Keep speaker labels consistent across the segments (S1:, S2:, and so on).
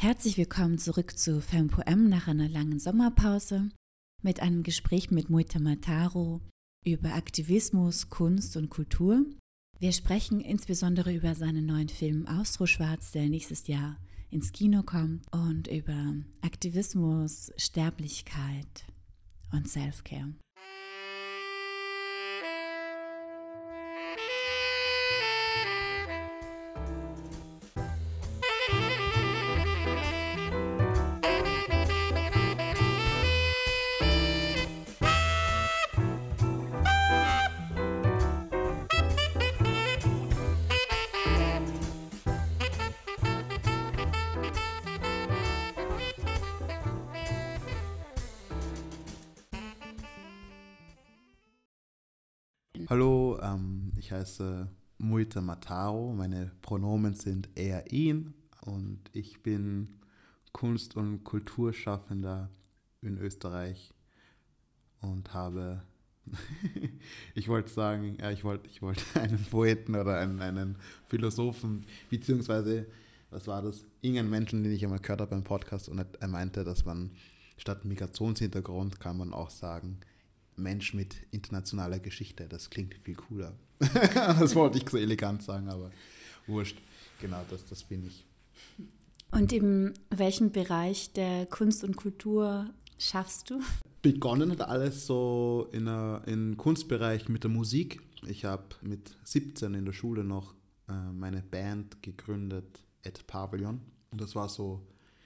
S1: Herzlich willkommen zurück zu FemPoem nach einer langen Sommerpause mit einem Gespräch mit Muita Mataro über Aktivismus, Kunst und Kultur. Wir sprechen insbesondere über seinen neuen Film Austroschwarz, der nächstes Jahr ins Kino kommt, und über Aktivismus, Sterblichkeit und Self-Care.
S2: Hallo, ich heiße Muita Mataro, meine Pronomen sind er, ihn und ich bin Kunst- und Kulturschaffender in Österreich und habe, ich wollte einen Poeten oder einen Philosophen, beziehungsweise, was war das, irgendeinen Menschen, den ich einmal gehört habe beim Podcast, und er meinte, dass man statt Migrationshintergrund kann man auch sagen, Mensch mit internationaler Geschichte, das klingt viel cooler. Das wollte ich so elegant sagen, aber wurscht. Genau, das bin ich.
S1: Und in welchem Bereich der Kunst und Kultur schaffst du?
S2: Begonnen hat alles so im Kunstbereich mit der Musik. Ich habe mit 17 in der Schule noch meine Band gegründet, Ed Pavillon. Und das war so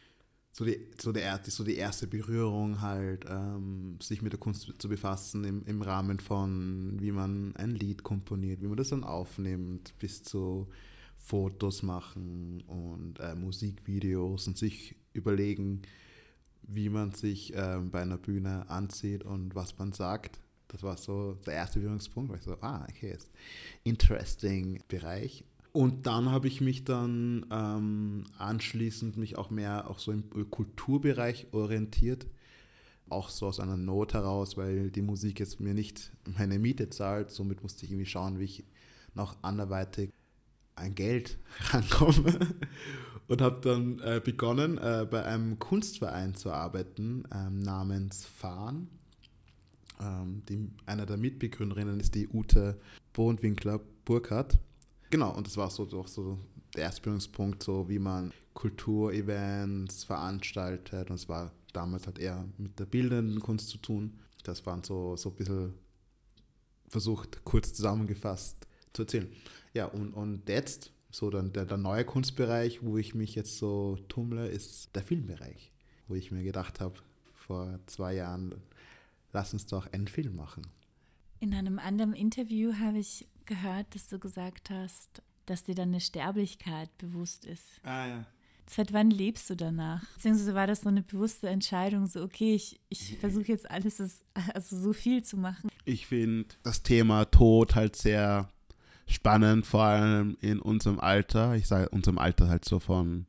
S2: die erste Berührung halt, sich mit der Kunst zu befassen im Rahmen von, wie man ein Lied komponiert, wie man das dann aufnimmt, bis zu Fotos machen und Musikvideos und sich überlegen, wie man sich bei einer Bühne anzieht und was man sagt. Das war so der erste Berührungspunkt, weil ich so, okay, ist interesting Bereich. Und dann habe ich mich dann anschließend auch mehr auch so im Kulturbereich orientiert. Auch so aus einer Not heraus, weil die Musik jetzt mir nicht meine Miete zahlt. Somit musste ich irgendwie schauen, wie ich noch anderweitig an Geld rankomme. Und habe dann begonnen, bei einem Kunstverein zu arbeiten, namens Fahn. Einer der Mitbegründerinnen ist die Ute Bohnwinkler-Burkhardt. Genau, und das war so der erste Berührungspunkt, so wie man Kulturevents veranstaltet. Und es war damals halt eher mit der bildenden Kunst zu tun. Das waren so ein bisschen versucht, kurz zusammengefasst zu erzählen. Ja, und jetzt, so dann der neue Kunstbereich, wo ich mich jetzt so tummle, ist der Filmbereich. Wo ich mir gedacht habe, vor 2 Jahren, lass uns doch einen Film machen.
S1: In einem anderen Interview habe ich gehört, dass du gesagt hast, dass dir deine Sterblichkeit bewusst ist.
S2: Ja.
S1: Seit wann lebst du danach? Beziehungsweise war das so eine bewusste Entscheidung, so okay, ich versuche jetzt alles, also so viel zu machen?
S2: Ich finde das Thema Tod halt sehr spannend, vor allem in unserem Alter. Ich sage unserem Alter halt so von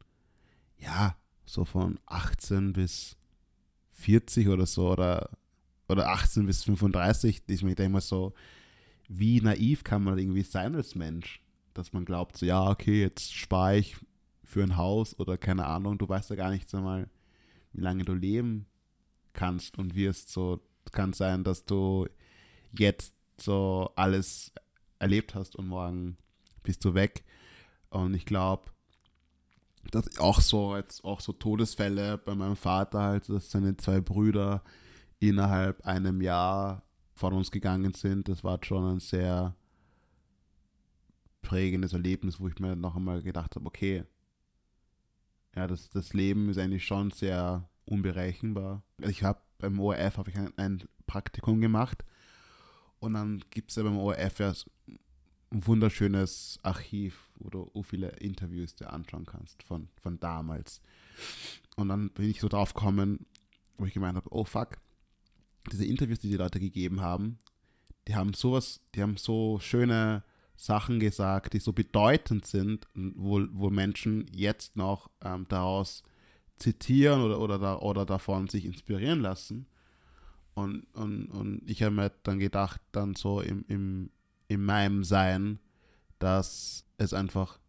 S2: 18 bis 40 oder so, oder 18 bis 35, ich mir denke mal so, wie naiv kann man irgendwie sein als Mensch, dass man glaubt, so, ja, okay, jetzt spare ich für ein Haus oder keine Ahnung, du weißt ja gar nicht einmal, wie lange du leben kannst und wirst. So, kann sein, dass du jetzt so alles erlebt hast und morgen bist du weg. Und ich glaube, dass auch so Todesfälle bei meinem Vater halt, dass seine 2 Brüder innerhalb einem Jahr von uns gegangen sind, das war schon ein sehr prägendes Erlebnis, wo ich mir noch einmal gedacht habe, okay, ja, das Leben ist eigentlich schon sehr unberechenbar. Ich habe beim ORF ein Praktikum gemacht und dann gibt es ja beim ORF ja ein wunderschönes Archiv, wo du so viele Interviews dir anschauen kannst von damals. Und dann bin ich so drauf gekommen, wo ich gemeint habe, oh fuck, diese Interviews, die Leute gegeben haben, die haben so schöne Sachen gesagt, die so bedeutend sind, wo Menschen jetzt noch daraus zitieren oder davon sich inspirieren lassen. Und ich habe mir dann gedacht, dann so in meinem Sein, dass es einfach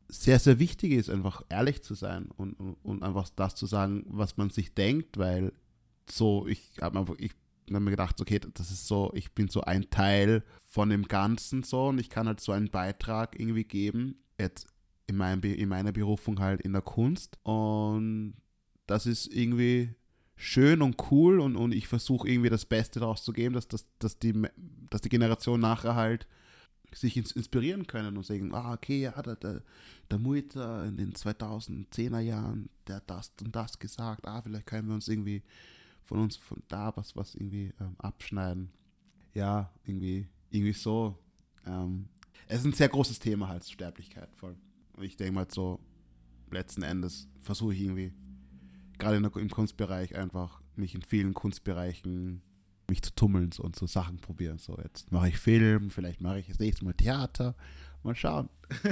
S2: sehr, sehr wichtig ist, einfach ehrlich zu sein und einfach das zu sagen, was man sich denkt, weil so, ich habe mir gedacht, okay, das ist so, ich bin so ein Teil von dem Ganzen so und ich kann halt so einen Beitrag irgendwie geben, jetzt in meiner Berufung halt in der Kunst, und das ist irgendwie schön und cool, und ich versuche irgendwie das Beste daraus zu geben, dass die Generation nachher halt sich inspirieren können und sagen, okay, ja, der Muiter in den 2010er Jahren, der hat das und das gesagt, vielleicht können wir uns irgendwie von da was irgendwie abschneiden. Ja, irgendwie so. Es ist ein sehr großes Thema halt, Sterblichkeit, voll. Und ich denke mal so, letzten Endes versuche ich irgendwie, gerade im Kunstbereich einfach, mich in vielen Kunstbereichen mich zu tummeln und so Sachen probieren. So, jetzt mache ich Film, vielleicht mache ich das nächste Mal Theater. Mal schauen.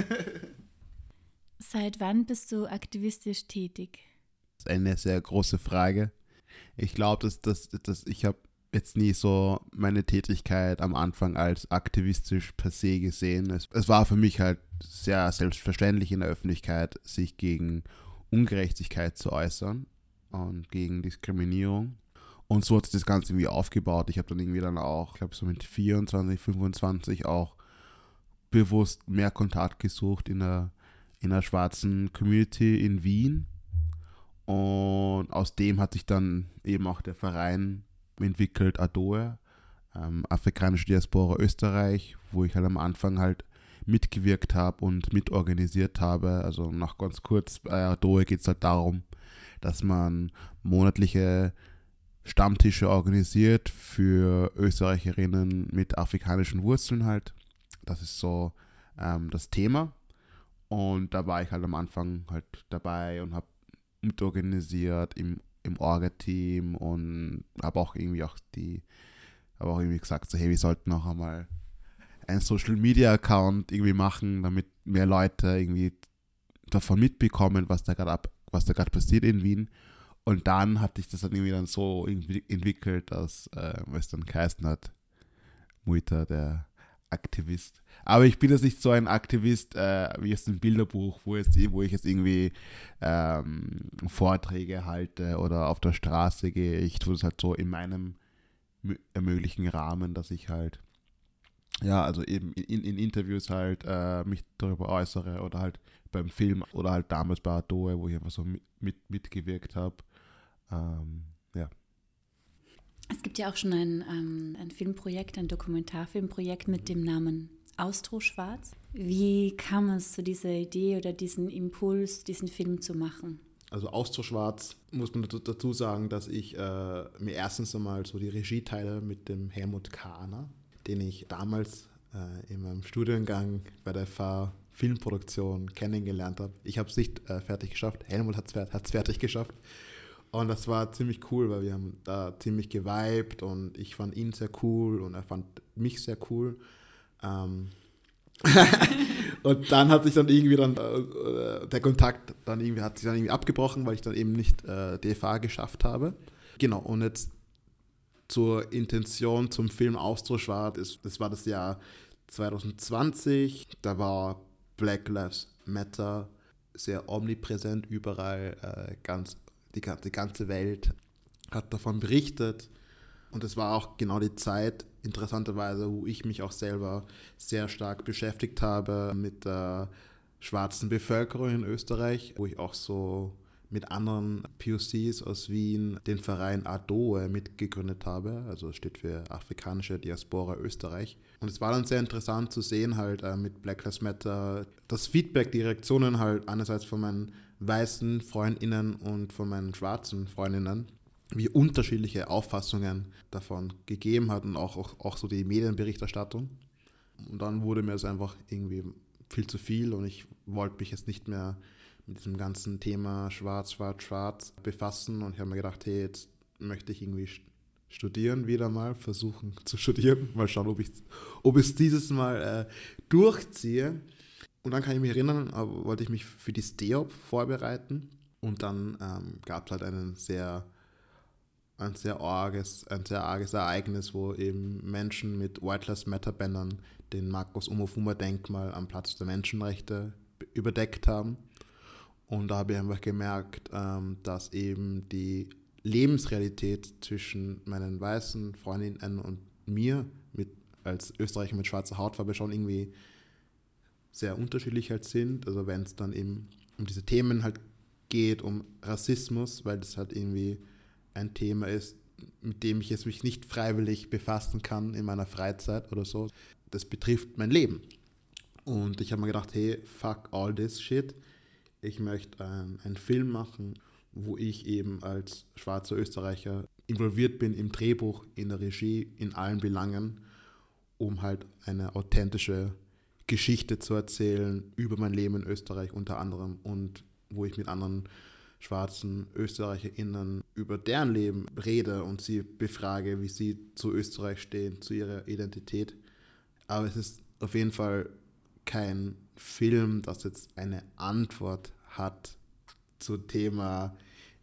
S1: Seit wann bist du aktivistisch tätig?
S2: Das ist eine sehr große Frage. Ich glaube, dass ich habe jetzt nie so meine Tätigkeit am Anfang als aktivistisch per se gesehen. Es war für mich halt sehr selbstverständlich in der Öffentlichkeit, sich gegen Ungerechtigkeit zu äußern und gegen Diskriminierung. Und so hat sich das Ganze irgendwie aufgebaut. Ich habe dann irgendwie dann auch, ich glaube so mit 24, 25 auch bewusst mehr Kontakt gesucht in der schwarzen Community in Wien. Und aus dem hat sich dann eben auch der Verein entwickelt, ADOE, Afrikanische Diaspora Österreich, wo ich halt am Anfang halt mitgewirkt habe und mitorganisiert habe. Also noch ganz kurz, bei ADOE geht es halt darum, dass man monatliche Stammtische organisiert für Österreicherinnen mit afrikanischen Wurzeln halt. Das ist so das Thema. Und da war ich halt am Anfang halt dabei und habe mitorganisiert im Orga-Team und habe auch irgendwie gesagt, so hey, wir sollten noch einmal einen Social-Media-Account irgendwie machen, damit mehr Leute irgendwie davon mitbekommen, was da gerade passiert in Wien. Und dann hat sich das dann irgendwie dann so entwickelt, dass es dann geheißen hat, Muiter, der Aktivist. Aber ich bin jetzt nicht so ein Aktivist wie jetzt im Bilderbuch, wo ich jetzt irgendwie Vorträge halte oder auf der Straße gehe. Ich tue es halt so in meinem möglichen Rahmen, dass ich halt, ja, also eben in Interviews halt mich darüber äußere oder halt beim Film oder halt damals bei Adoe, wo ich einfach so mitgewirkt habe. Ja.
S1: Es gibt ja auch schon ein Filmprojekt, ein Dokumentarfilmprojekt mit dem Namen Austroschwarz. Wie kam es zu dieser Idee oder diesen Impuls, diesen Film zu machen?
S2: Also Austroschwarz muss man dazu sagen, dass ich mir erstens einmal so die Regieteile mit dem Helmut Kahner, den ich damals in meinem Studiengang bei der FH Filmproduktion kennengelernt habe. Ich habe es nicht fertig geschafft, Helmut hat es fertig geschafft. Und das war ziemlich cool, weil wir haben da ziemlich geweibt und ich fand ihn sehr cool und er fand mich sehr cool. Und dann hat sich dann irgendwie der Kontakt hat sich dann irgendwie abgebrochen, weil ich dann eben nicht DFA geschafft habe. Genau, und jetzt zur Intention zum Film Austroschwarz, das war das Jahr 2020, da war Black Lives Matter sehr omnipräsent überall, die ganze Welt hat davon berichtet. Und es war auch genau die Zeit, interessanterweise, wo ich mich auch selber sehr stark beschäftigt habe mit der schwarzen Bevölkerung in Österreich, wo ich auch so mit anderen POCs aus Wien den Verein ADOE mitgegründet habe. Also das steht für Afrikanische Diaspora Österreich. Und es war dann sehr interessant zu sehen halt mit Black Lives Matter, das Feedback, die Reaktionen halt einerseits von meinen weißen FreundInnen und von meinen schwarzen Freundinnen, wie unterschiedliche Auffassungen davon gegeben hat und auch so die Medienberichterstattung. Und dann wurde mir es einfach irgendwie viel zu viel und ich wollte mich jetzt nicht mehr mit diesem ganzen Thema schwarz befassen und ich habe mir gedacht, hey, jetzt möchte ich irgendwie studieren wieder mal, versuchen zu studieren, mal schauen, ob ich es dieses Mal durchziehe. Und dann kann ich mich erinnern, wollte ich mich für die STEOP vorbereiten und dann gab es halt ein sehr arges Ereignis, wo eben Menschen mit White Lives Matter Bannern den Marcus Omofuma Denkmal am Platz der Menschenrechte überdeckt haben. Und da habe ich einfach gemerkt, dass eben die Lebensrealität zwischen meinen weißen Freundinnen und mir als Österreicher mit schwarzer Hautfarbe schon irgendwie sehr unterschiedlich halt sind. Also wenn es dann eben um diese Themen halt geht, um Rassismus, weil das halt irgendwie ein Thema ist, mit dem ich jetzt mich nicht freiwillig befassen kann in meiner Freizeit oder so. Das betrifft mein Leben. Und ich habe mir gedacht, hey, fuck all this shit. Ich möchte einen Film machen, wo ich eben als schwarzer Österreicher involviert bin im Drehbuch, in der Regie, in allen Belangen, um halt eine authentische Geschichte zu erzählen über mein Leben in Österreich unter anderem und wo ich mit anderen schwarzen ÖsterreicherInnen über deren Leben rede und sie befrage, wie sie zu Österreich stehen, zu ihrer Identität. Aber es ist auf jeden Fall kein Film, das jetzt eine Antwort hat zum Thema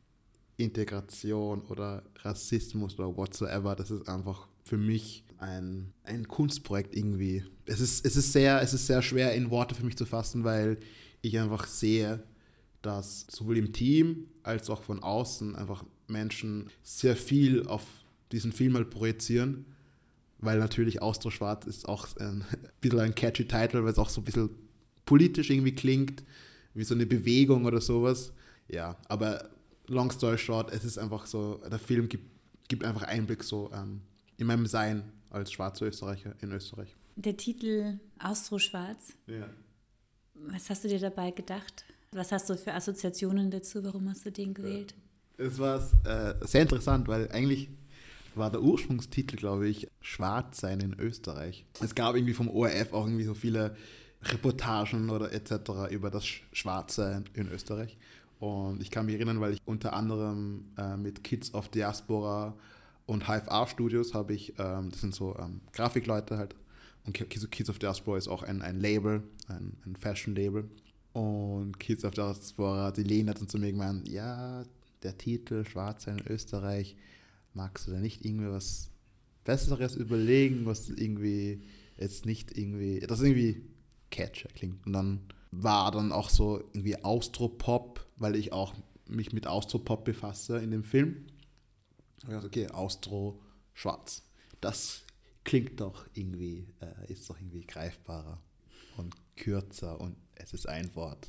S2: Integration oder Rassismus oder whatsoever. Das ist einfach für mich ein Kunstprojekt irgendwie. Es ist sehr schwer in Worte für mich zu fassen, weil ich einfach sehe, dass sowohl im Team als auch von außen einfach Menschen sehr viel auf diesen Film halt projizieren, weil natürlich Austro-Schwarz ist auch ein bisschen ein catchy Title, weil es auch so ein bisschen politisch irgendwie klingt, wie so eine Bewegung oder sowas. Ja, aber long story short, es ist einfach so, der Film gibt einfach Einblick so in meinem Sein als schwarzer Österreicher in Österreich.
S1: Der Titel Austro-Schwarz.
S2: Ja.
S1: Was hast du dir dabei gedacht? Was hast du für Assoziationen dazu? Warum hast du den gewählt?
S2: Es war sehr interessant, weil eigentlich war der Ursprungstitel, glaube ich, Schwarz sein in Österreich. Es gab irgendwie vom ORF auch irgendwie so viele Reportagen oder etc. über das Schwarzsein in Österreich. Und ich kann mich erinnern, weil ich unter anderem mit Kids of Diaspora und HFA Studios habe ich, das sind so Grafikleute halt, und Kids of Diaspora ist auch ein Label, ein Fashion-Label. Und Kids of Diaspora, die Lena hat dann zu mir gemeint, ja, der Titel Schwarz sein in Österreich, magst du da nicht irgendwie was Besseres überlegen, was irgendwie jetzt nicht irgendwie, das irgendwie catcher klingt. Und dann war dann auch so irgendwie Austropop, weil ich auch mich mit Austropop befasse in dem Film. Und ich dachte, okay, Austro-Schwarz. Das klingt doch irgendwie, ist doch irgendwie greifbarer und kürzer und es ist ein Wort.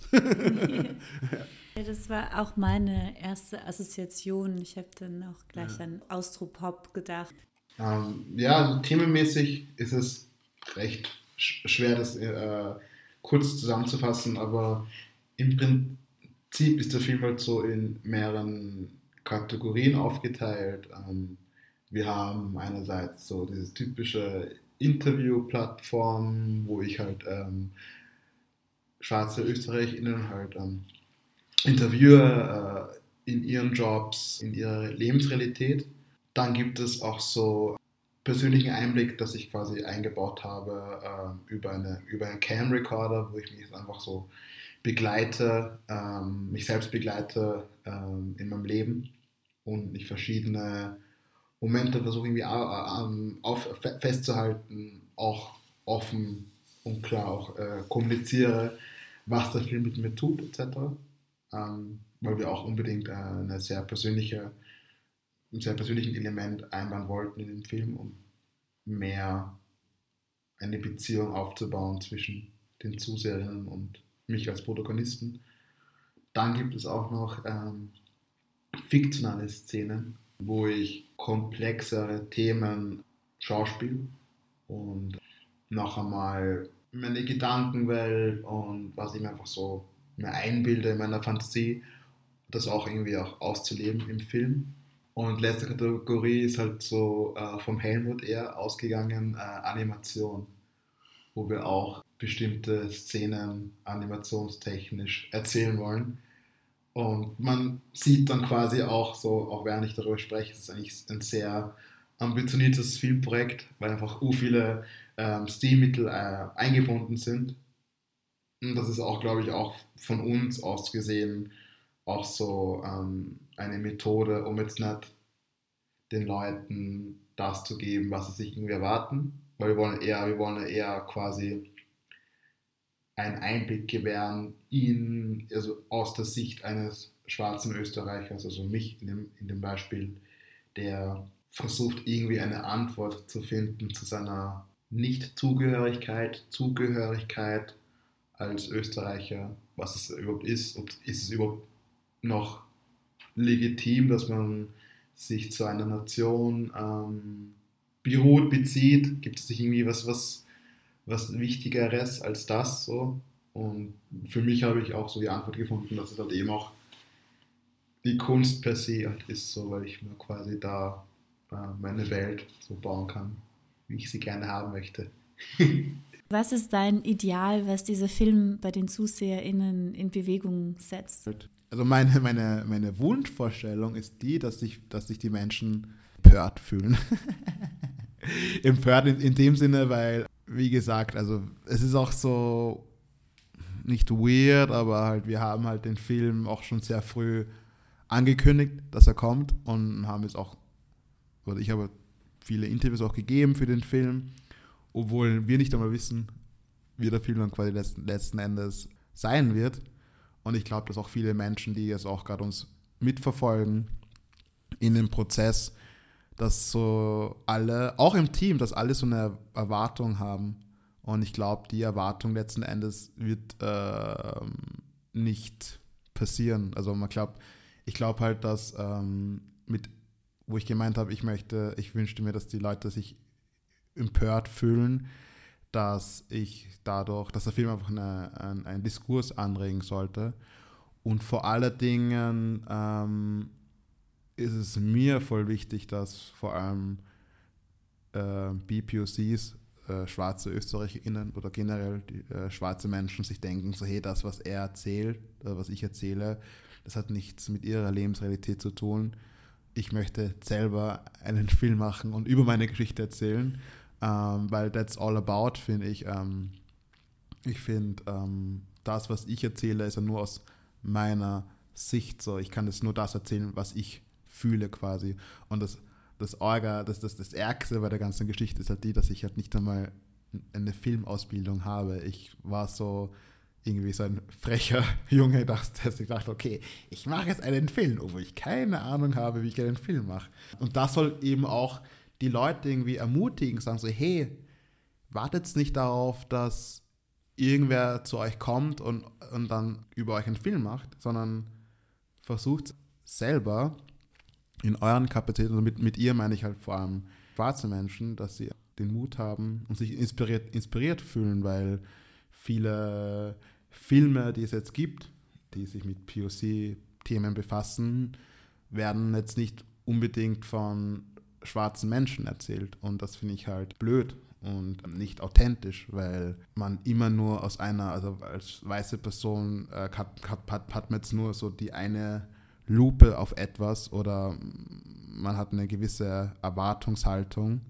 S1: Ja, das war auch meine erste Assoziation. Ich habe dann auch gleich an Austropop gedacht.
S2: Also themenmäßig ist es recht schwer, das kurz zusammenzufassen, aber im Prinzip ist der Film halt so in mehreren Kategorien aufgeteilt. Wir haben einerseits so diese typische Interview-Plattform, wo ich halt schwarze ÖsterreicherInnen halt interviewe in ihren Jobs, in ihrer Lebensrealität. Dann gibt es auch so persönlichen Einblick, das ich quasi eingebaut habe über einen Cam-Recorder, wo ich mich einfach so begleite, mich selbst begleite in meinem Leben und ich verschiedene Momente versuche irgendwie festzuhalten, auch offen und klar auch kommuniziere, was der Film mit mir tut, etc. Weil wir auch unbedingt einen sehr persönlichen Element einbauen wollten in den Film, um mehr eine Beziehung aufzubauen zwischen den Zuseherinnen und mich als Protagonisten. Dann gibt es auch noch fiktionale Szenen, wo ich komplexere Themen schauspiele und noch einmal meine Gedankenwelt und was ich mir einfach so mir einbilde in meiner Fantasie, das auch irgendwie auch auszuleben im Film. Und letzte Kategorie ist halt so vom Helmut eher ausgegangen, Animation, wo wir auch bestimmte Szenen animationstechnisch erzählen wollen. Und man sieht dann quasi auch so, auch während ich darüber spreche, es ist eigentlich ein sehr ambitioniertes Filmprojekt, weil einfach viele Stilmittel eingebunden sind. Und das ist auch, glaube ich, auch von uns aus gesehen auch so eine Methode, um jetzt nicht den Leuten das zu geben, was sie sich irgendwie erwarten, weil wir wollen ja eher quasi einen Einblick gewähren also aus der Sicht eines schwarzen Österreichers, also mich in dem Beispiel, der versucht irgendwie eine Antwort zu finden zu seiner Nicht-Zugehörigkeit, Zugehörigkeit als Österreicher, was es überhaupt ist, ist es überhaupt noch legitim, dass man sich zu einer Nation bezieht, gibt es nicht irgendwie was Wichtigeres als das so? Und für mich habe ich auch so die Antwort gefunden, dass es halt eben auch die Kunst per se halt ist, so, weil ich mir quasi da meine Welt so bauen kann, wie ich sie gerne haben möchte.
S1: Was ist dein Ideal, was dieser Film bei den ZuseherInnen in Bewegung setzt?
S2: Also meine Wunschvorstellung ist die, dass sich die Menschen empört fühlen. Empört in dem Sinne, weil, wie gesagt, also es ist auch so nicht weird, aber halt wir haben halt den Film auch schon sehr früh angekündigt, dass er kommt und haben jetzt auch, oder ich habe viele Interviews auch gegeben für den Film, obwohl wir nicht einmal wissen, wie der Film dann quasi letzten Endes sein wird. Und ich glaube, dass auch viele Menschen, die jetzt auch gerade uns mitverfolgen in dem Prozess, dass so alle, auch im Team, dass alle so eine Erwartung haben. Und ich glaube, die Erwartung letzten Endes wird nicht passieren. Also ich glaube halt, dass wo ich gemeint habe, ich wünschte mir, dass die Leute sich empört fühlen, dass der Film einfach einen Diskurs anregen sollte. Und vor allen Dingen ist es mir voll wichtig, dass vor allem BPOCs, schwarze ÖsterreicherInnen oder generell schwarze Menschen sich denken, so hey, das, was er erzählt, oder was ich erzähle, das hat nichts mit ihrer Lebensrealität zu tun. Ich möchte selber einen Film machen und über meine Geschichte erzählen, weil that's all about, finde ich. Ich finde, das, was ich erzähle, ist ja nur aus meiner Sicht so. Ich kann nur das erzählen, was ich fühle quasi. Und das Ärgste bei der ganzen Geschichte ist halt dass ich halt nicht einmal eine Filmausbildung habe. Ich war so irgendwie so ein frecher Junge, dass ich dachte, okay, ich mache jetzt einen Film, obwohl ich keine Ahnung habe, wie ich einen Film mache. Und das soll eben auch die Leute irgendwie ermutigen, sagen so, hey, wartet nicht darauf, dass irgendwer zu euch kommt und dann über euch einen Film macht, sondern versucht selber in euren Kapazitäten, also mit ihr meine ich halt vor allem schwarze Menschen, dass sie den Mut haben und sich inspiriert fühlen, weil viele Filme, die es jetzt gibt, die sich mit POC-Themen befassen, werden jetzt nicht unbedingt von schwarzen Menschen erzählt. Und das finde ich halt blöd und nicht authentisch, weil man immer nur also als weiße Person hat man jetzt nur so die eine Lupe auf etwas oder man hat eine gewisse Erwartungshaltung.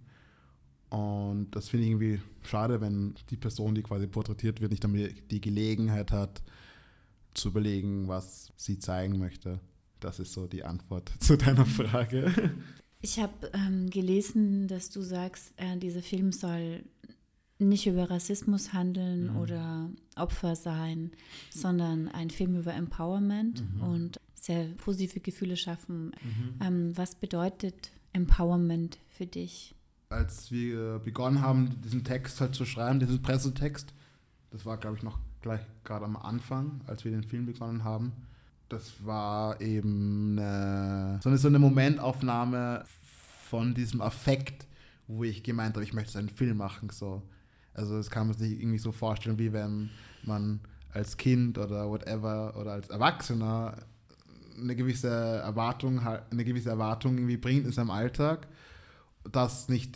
S2: Und das finde ich irgendwie schade, wenn die Person, die quasi porträtiert wird, nicht damit die Gelegenheit hat, zu überlegen, was sie zeigen möchte. Das ist so die Antwort zu deiner Frage.
S1: Ich habe gelesen, dass du sagst, dieser Film soll nicht über Rassismus handeln oder Opfer sein, sondern ein Film über Empowerment und sehr positive Gefühle schaffen. Was bedeutet Empowerment für dich?
S2: Als wir begonnen haben, diesen Text halt zu schreiben, diesen Pressetext, das war, glaube ich, noch gleich gerade am Anfang, als wir den Film begonnen haben, das war eben so eine Momentaufnahme von diesem Affekt, wo ich gemeint habe, ich möchte einen Film machen. So. Also das kann man sich irgendwie so vorstellen, wie wenn man als Kind oder whatever oder als Erwachsener eine gewisse Erwartung irgendwie bringt in seinem Alltag, das nicht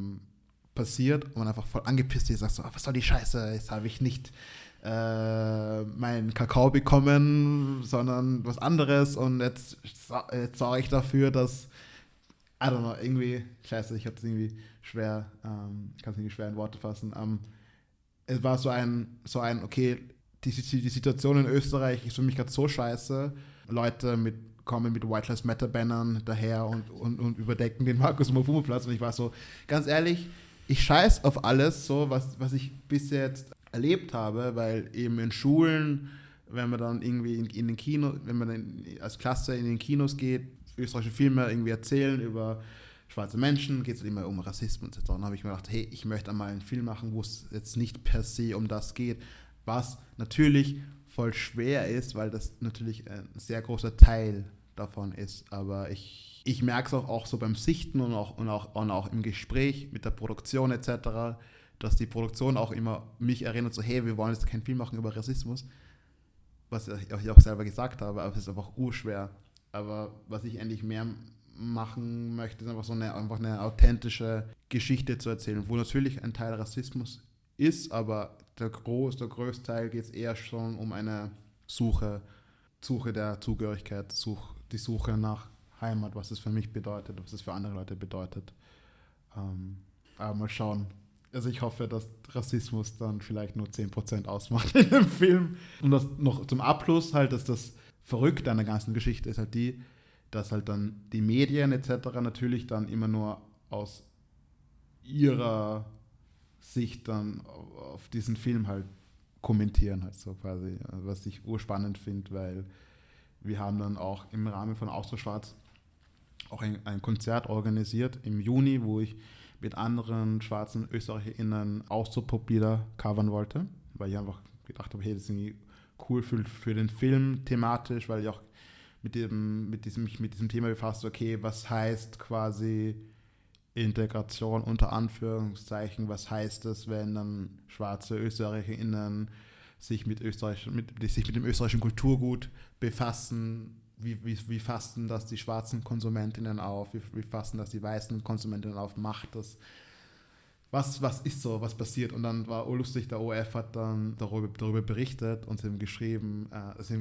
S2: passiert und man einfach voll angepisst ist, sagt so, was soll die Scheiße, jetzt habe ich nicht meinen Kakao bekommen, sondern was anderes und jetzt sorge ich dafür, dass, I don't know, irgendwie, scheiße, ich habe das irgendwie schwer, kann es irgendwie schwer in Worte fassen. Es war so ein, okay, die Situation in Österreich ist für mich gerade so scheiße, Leute kommen mit White Lives Matter Bannern daher und überdecken den Markus-Mafuma-Platz und ich war so, ganz ehrlich, ich scheiß auf alles, so was ich bis jetzt erlebt habe, weil eben in Schulen, wenn man dann irgendwie in den Kino, wenn man dann als Klasse in den Kinos geht, österreichische Filme irgendwie erzählen über schwarze Menschen, geht es immer um Rassismus etc. Dann habe ich mir gedacht, hey, ich möchte einmal einen Film machen, wo es jetzt nicht per se um das geht, was natürlich voll schwer ist, weil das natürlich ein sehr großer Teil davon ist. Aber ich merke es auch so beim Sichten und auch im Gespräch mit der Produktion etc., dass die Produktion auch immer mich erinnert, so hey, wir wollen jetzt keinen Film machen über Rassismus, was ich auch selber gesagt habe, aber es ist einfach urschwer. Aber was ich endlich mehr machen möchte, ist einfach eine authentische Geschichte zu erzählen, wo natürlich ein Teil Rassismus ist, aber der größte Teil geht es eher schon um eine Suche der Zugehörigkeit, die Suche nach Heimat, was es für mich bedeutet, was es für andere Leute bedeutet. Aber mal schauen. Also ich hoffe, dass Rassismus dann vielleicht nur 10% ausmacht in dem Film. Und das noch zum Abschluss halt, dass das Verrückte an der ganzen Geschichte ist halt dass halt dann die Medien etc. natürlich dann immer nur aus ihrer Sicht dann auf diesen Film halt kommentieren halt so quasi, was ich urspannend finde, weil wir haben dann auch im Rahmen von Austro-Schwarz auch ein Konzert organisiert im Juni, wo ich mit anderen schwarzen ÖsterreicherInnen Austro-Pop-Lieder covern wollte, weil ich einfach gedacht habe, hey, das ist irgendwie cool für den Film thematisch, weil ich auch mich mit diesem Thema befasst, okay, was heißt quasi Integration unter Anführungszeichen, was heißt das, wenn dann schwarze ÖsterreicherInnen sich mit dem österreichischen Kulturgut befassen, wie fassen das die schwarzen KonsumentInnen auf, wie fassen das die weißen KonsumentInnen auf, macht das, was ist so, was passiert? Und dann war lustig, der ORF hat dann darüber berichtet und sie haben geschrieben,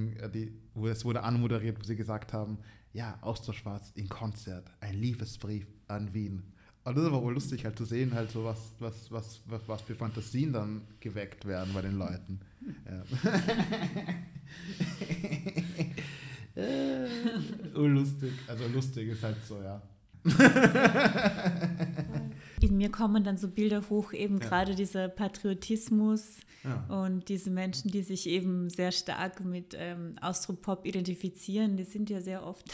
S2: es wurde anmoderiert, wo sie gesagt haben, ja, Austro-Schwarz in Konzert, ein Liebesbrief an Wien. Und das war wohl lustig halt zu sehen, halt so was für Fantasien dann geweckt werden bei den Leuten. Ja. Lustig. Also lustig ist halt so, ja.
S1: In mir kommen dann so Bilder hoch, eben gerade dieser Patriotismus und diese Menschen, die sich eben sehr stark mit Austropop identifizieren, die sind ja sehr oft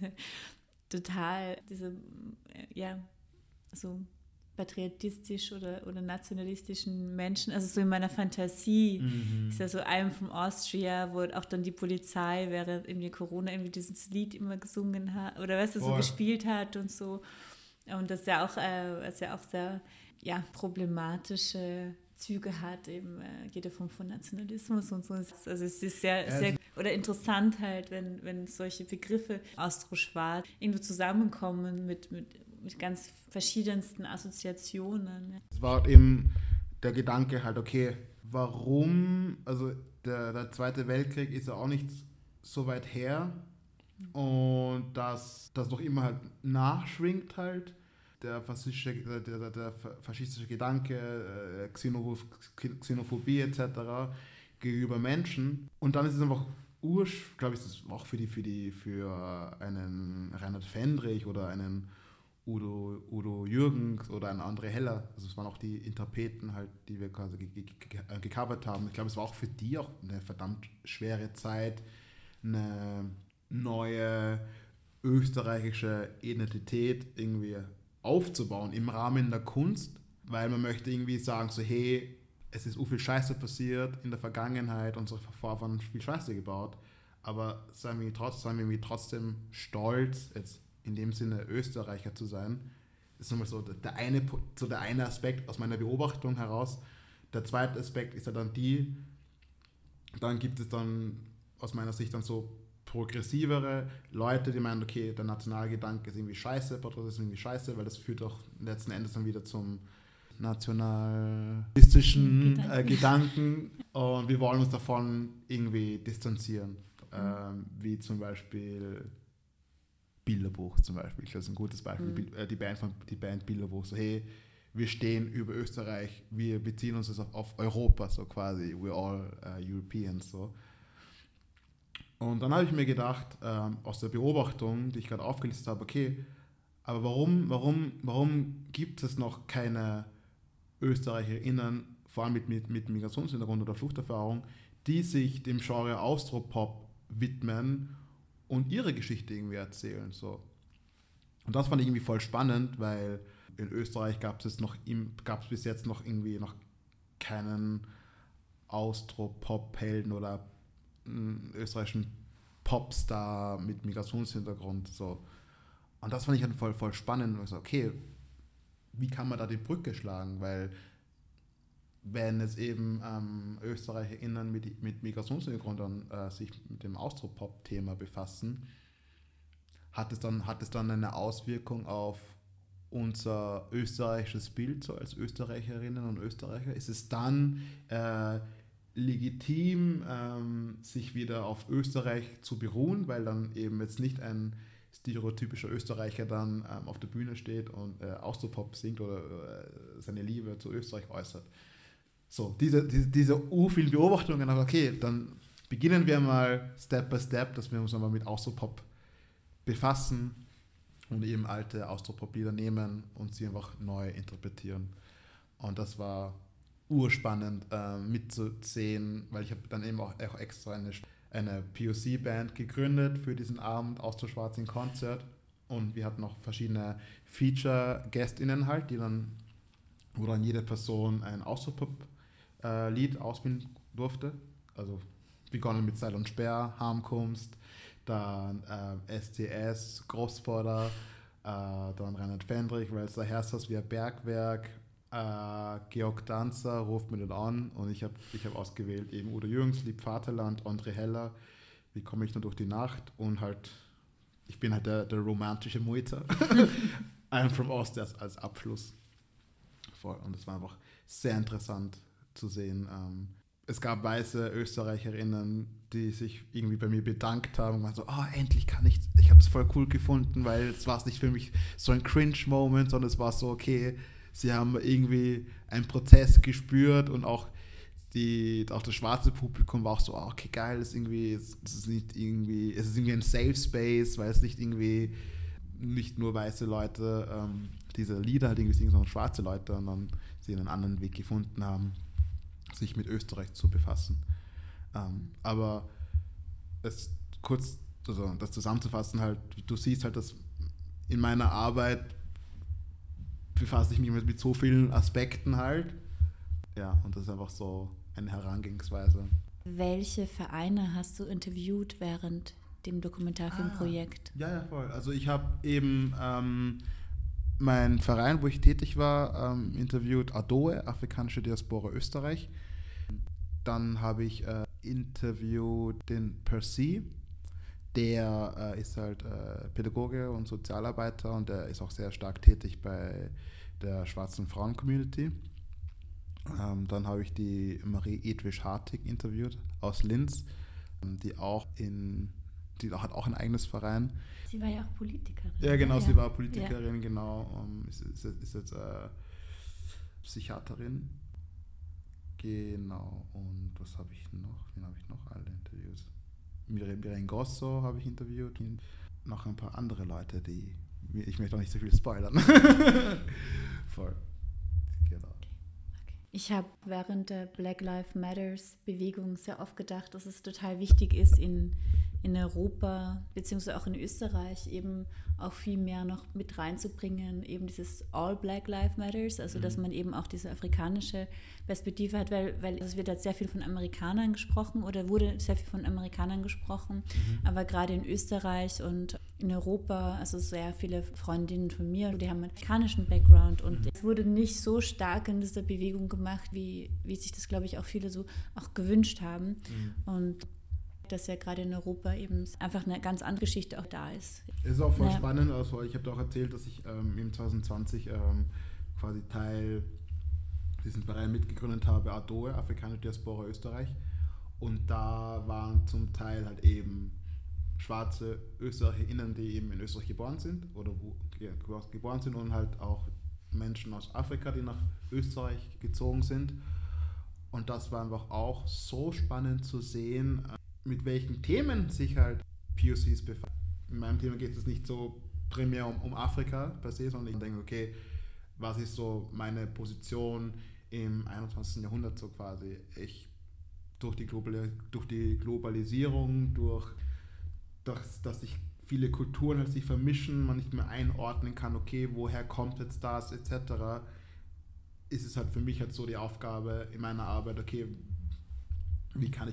S1: so patriotisch oder nationalistischen Menschen, also so in meiner Fantasie ist ja so I'm from Austria, wo auch dann die Polizei während irgendwie Corona irgendwie dieses Lied immer gesungen hat oder weißt du, so gespielt hat und so. Und das ja auch sehr problematische Züge hat, eben geht ja von Nationalismus und so. Also es ist sehr oder interessant halt, wenn solche Begriffe Austro-Schwarz irgendwo zusammenkommen mit ganz verschiedensten Assoziationen.
S2: Es war eben der Gedanke halt, okay, warum, also der Zweite Weltkrieg ist ja auch nicht so weit her und dass das noch immer halt nachschwingt halt, der faschistische Gedanke, Xenophobie etc. gegenüber Menschen. Und dann ist es einfach glaube ich, ist es auch für einen Reinhard Fendrich oder einen Udo Jürgens oder ein André Heller, also es waren auch die Interpreten halt, die wir quasi gecovert haben. Ich glaube, es war auch für die auch eine verdammt schwere Zeit, eine neue österreichische Identität irgendwie aufzubauen im Rahmen der Kunst, weil man möchte irgendwie sagen so, hey, es ist viel Scheiße passiert in der Vergangenheit, unsere Vorfahren haben viel Scheiße gebaut, aber seien wir trotzdem stolz, jetzt in dem Sinne Österreicher zu sein. Das ist nochmal so der eine Aspekt aus meiner Beobachtung heraus. Der zweite Aspekt ist ja dann dann gibt es dann aus meiner Sicht dann so progressivere Leute, die meinen, okay, der Nationalgedanke ist irgendwie scheiße, Patriotismus ist irgendwie scheiße, weil das führt auch letzten Endes dann wieder zum nationalistischen Gedanken und wir wollen uns davon irgendwie distanzieren. Wie zum Beispiel Bilderbuch zum Beispiel. Das ist ein gutes Beispiel. Die Band Bilderbuch. So, hey, wir stehen über Österreich, wir beziehen uns auf Europa, so quasi. We're all Europeans, so. Und dann habe ich mir gedacht, aus der Beobachtung, die ich gerade aufgelistet habe, okay, aber warum gibt es noch keine ÖsterreicherInnen vor allem mit Migrationshintergrund oder Fluchterfahrung, die sich dem Genre Austropop widmen und ihre Geschichte irgendwie erzählen. So. Und das fand ich irgendwie voll spannend, weil in Österreich gab es bis jetzt noch keinen Austropop-Helden oder einen österreichischen Popstar mit Migrationshintergrund. So. Und das fand ich halt voll spannend. Und ich so, okay, wie kann man da die Brücke schlagen? Weil wenn es eben ÖsterreicherInnen mit Migrationshintergrund dann sich mit dem Austropop-Thema befassen, hat es dann eine Auswirkung auf unser österreichisches Bild so als Österreicherinnen und Österreicher? Ist es dann legitim, sich wieder auf Österreich zu beruhen, weil dann eben jetzt nicht ein stereotypischer Österreicher dann auf der Bühne steht und Austropop singt oder seine Liebe zu Österreich äußert? So, diese vielen Beobachtungen, aber okay, dann beginnen wir mal Step by Step, dass wir uns einmal mit Austropop befassen und eben alte Austropop-Lieder nehmen und sie einfach neu interpretieren. Und das war urspannend mitzusehen, weil ich habe dann eben auch extra eine POC-Band gegründet für diesen Abend Austro-Schwarz in Konzert und wir hatten noch verschiedene Feature-GästInnen halt, wo dann jede Person ein Austropop-Lied ausspielen durfte. Also begonnen mit Seil und Sperr, Harmkunst, dann STS, Großvater, dann Reinhard Fendrich, Welser Herzhaus wie ein Bergwerk, Georg Danzer, ruft mir den an und ich hab ausgewählt eben Udo Jürgens, Lieb Vaterland, André Heller, Wie komme ich nur durch die Nacht und halt, ich bin halt der romantische Mutter. I'm from Ost als Abschluss. Voll. Und es war einfach sehr interessant zu sehen. Es gab weiße ÖsterreicherInnen, die sich irgendwie bei mir bedankt haben und waren so, endlich kann ich habe es voll cool gefunden, weil es war nicht für mich so ein Cringe-Moment, sondern es war so, okay, sie haben irgendwie einen Prozess gespürt und auch das schwarze Publikum war auch so, okay, geil, es ist irgendwie ein Safe Space, weil es nicht nur weiße Leute diese Lieder halt irgendwie singen, sondern schwarze Leute und dann sie einen anderen Weg gefunden haben, sich mit Österreich zu befassen. Aber das zusammenzufassen halt, du siehst halt, dass in meiner Arbeit befasse ich mich mit so vielen Aspekten halt. Ja, und das ist einfach so eine Herangehensweise.
S1: Welche Vereine hast du interviewt während dem Dokumentarfilmprojekt?
S2: Ja, voll. Also ich habe eben meinen Verein, wo ich tätig war, interviewt, ADOE, Afrikanische Diaspora Österreich. Dann habe ich interviewt den Percy, der ist halt Pädagoge und Sozialarbeiter und der ist auch sehr stark tätig bei der schwarzen Frauen-Community. Dann habe ich die Marie Edwisch-Hartig interviewt aus Linz, die hat auch ein eigenes Verein.
S1: Sie war ja auch Politikerin.
S2: Ja, genau,
S1: ja.
S2: Sie war Politikerin, ja. Genau. Ist jetzt Psychiaterin. Genau. Und was habe ich noch? Wen habe ich noch alle interviewt? Mireille Grosso habe ich interviewt. Und noch ein paar andere Leute, ich möchte auch nicht so viel spoilern. Voll. Genau.
S1: Ich habe während der Black Lives Matters Bewegung sehr oft gedacht, dass es total wichtig ist, in Europa beziehungsweise auch in Österreich eben auch viel mehr noch mit reinzubringen, eben dieses All Black Lives Matters, also dass man eben auch diese afrikanische Perspektive hat, weil es wird halt sehr viel von Amerikanern gesprochen oder wurde sehr viel von Amerikanern gesprochen, aber gerade in Österreich und in Europa, also sehr viele Freundinnen von mir, die haben einen amerikanischen Background und es wurde nicht so stark in dieser Bewegung gemacht, wie sich das, glaube ich, auch viele so auch gewünscht haben und dass ja gerade in Europa eben einfach eine ganz andere Geschichte auch da ist.
S2: Es ist auch voll spannend, also ich habe doch erzählt, dass ich im 2020 quasi Teil diesen Verein mitgegründet habe, ADOE, Afrikanische Diaspora Österreich, und da waren zum Teil halt eben schwarze ÖsterreicherInnen, die eben in Österreich geboren sind oder geboren sind und halt auch Menschen aus Afrika, die nach Österreich gezogen sind, und das war einfach auch so spannend zu sehen, mit welchen Themen sich halt POCs befassen. In meinem Thema geht es nicht so primär um Afrika per se, sondern ich denke, okay, was ist so meine Position im 21. Jahrhundert so quasi. Durch die Globalisierung, dass sich viele Kulturen halt sich vermischen, man nicht mehr einordnen kann, okay, woher kommt jetzt das, etc., ist es halt für mich halt so die Aufgabe in meiner Arbeit, okay, wie kann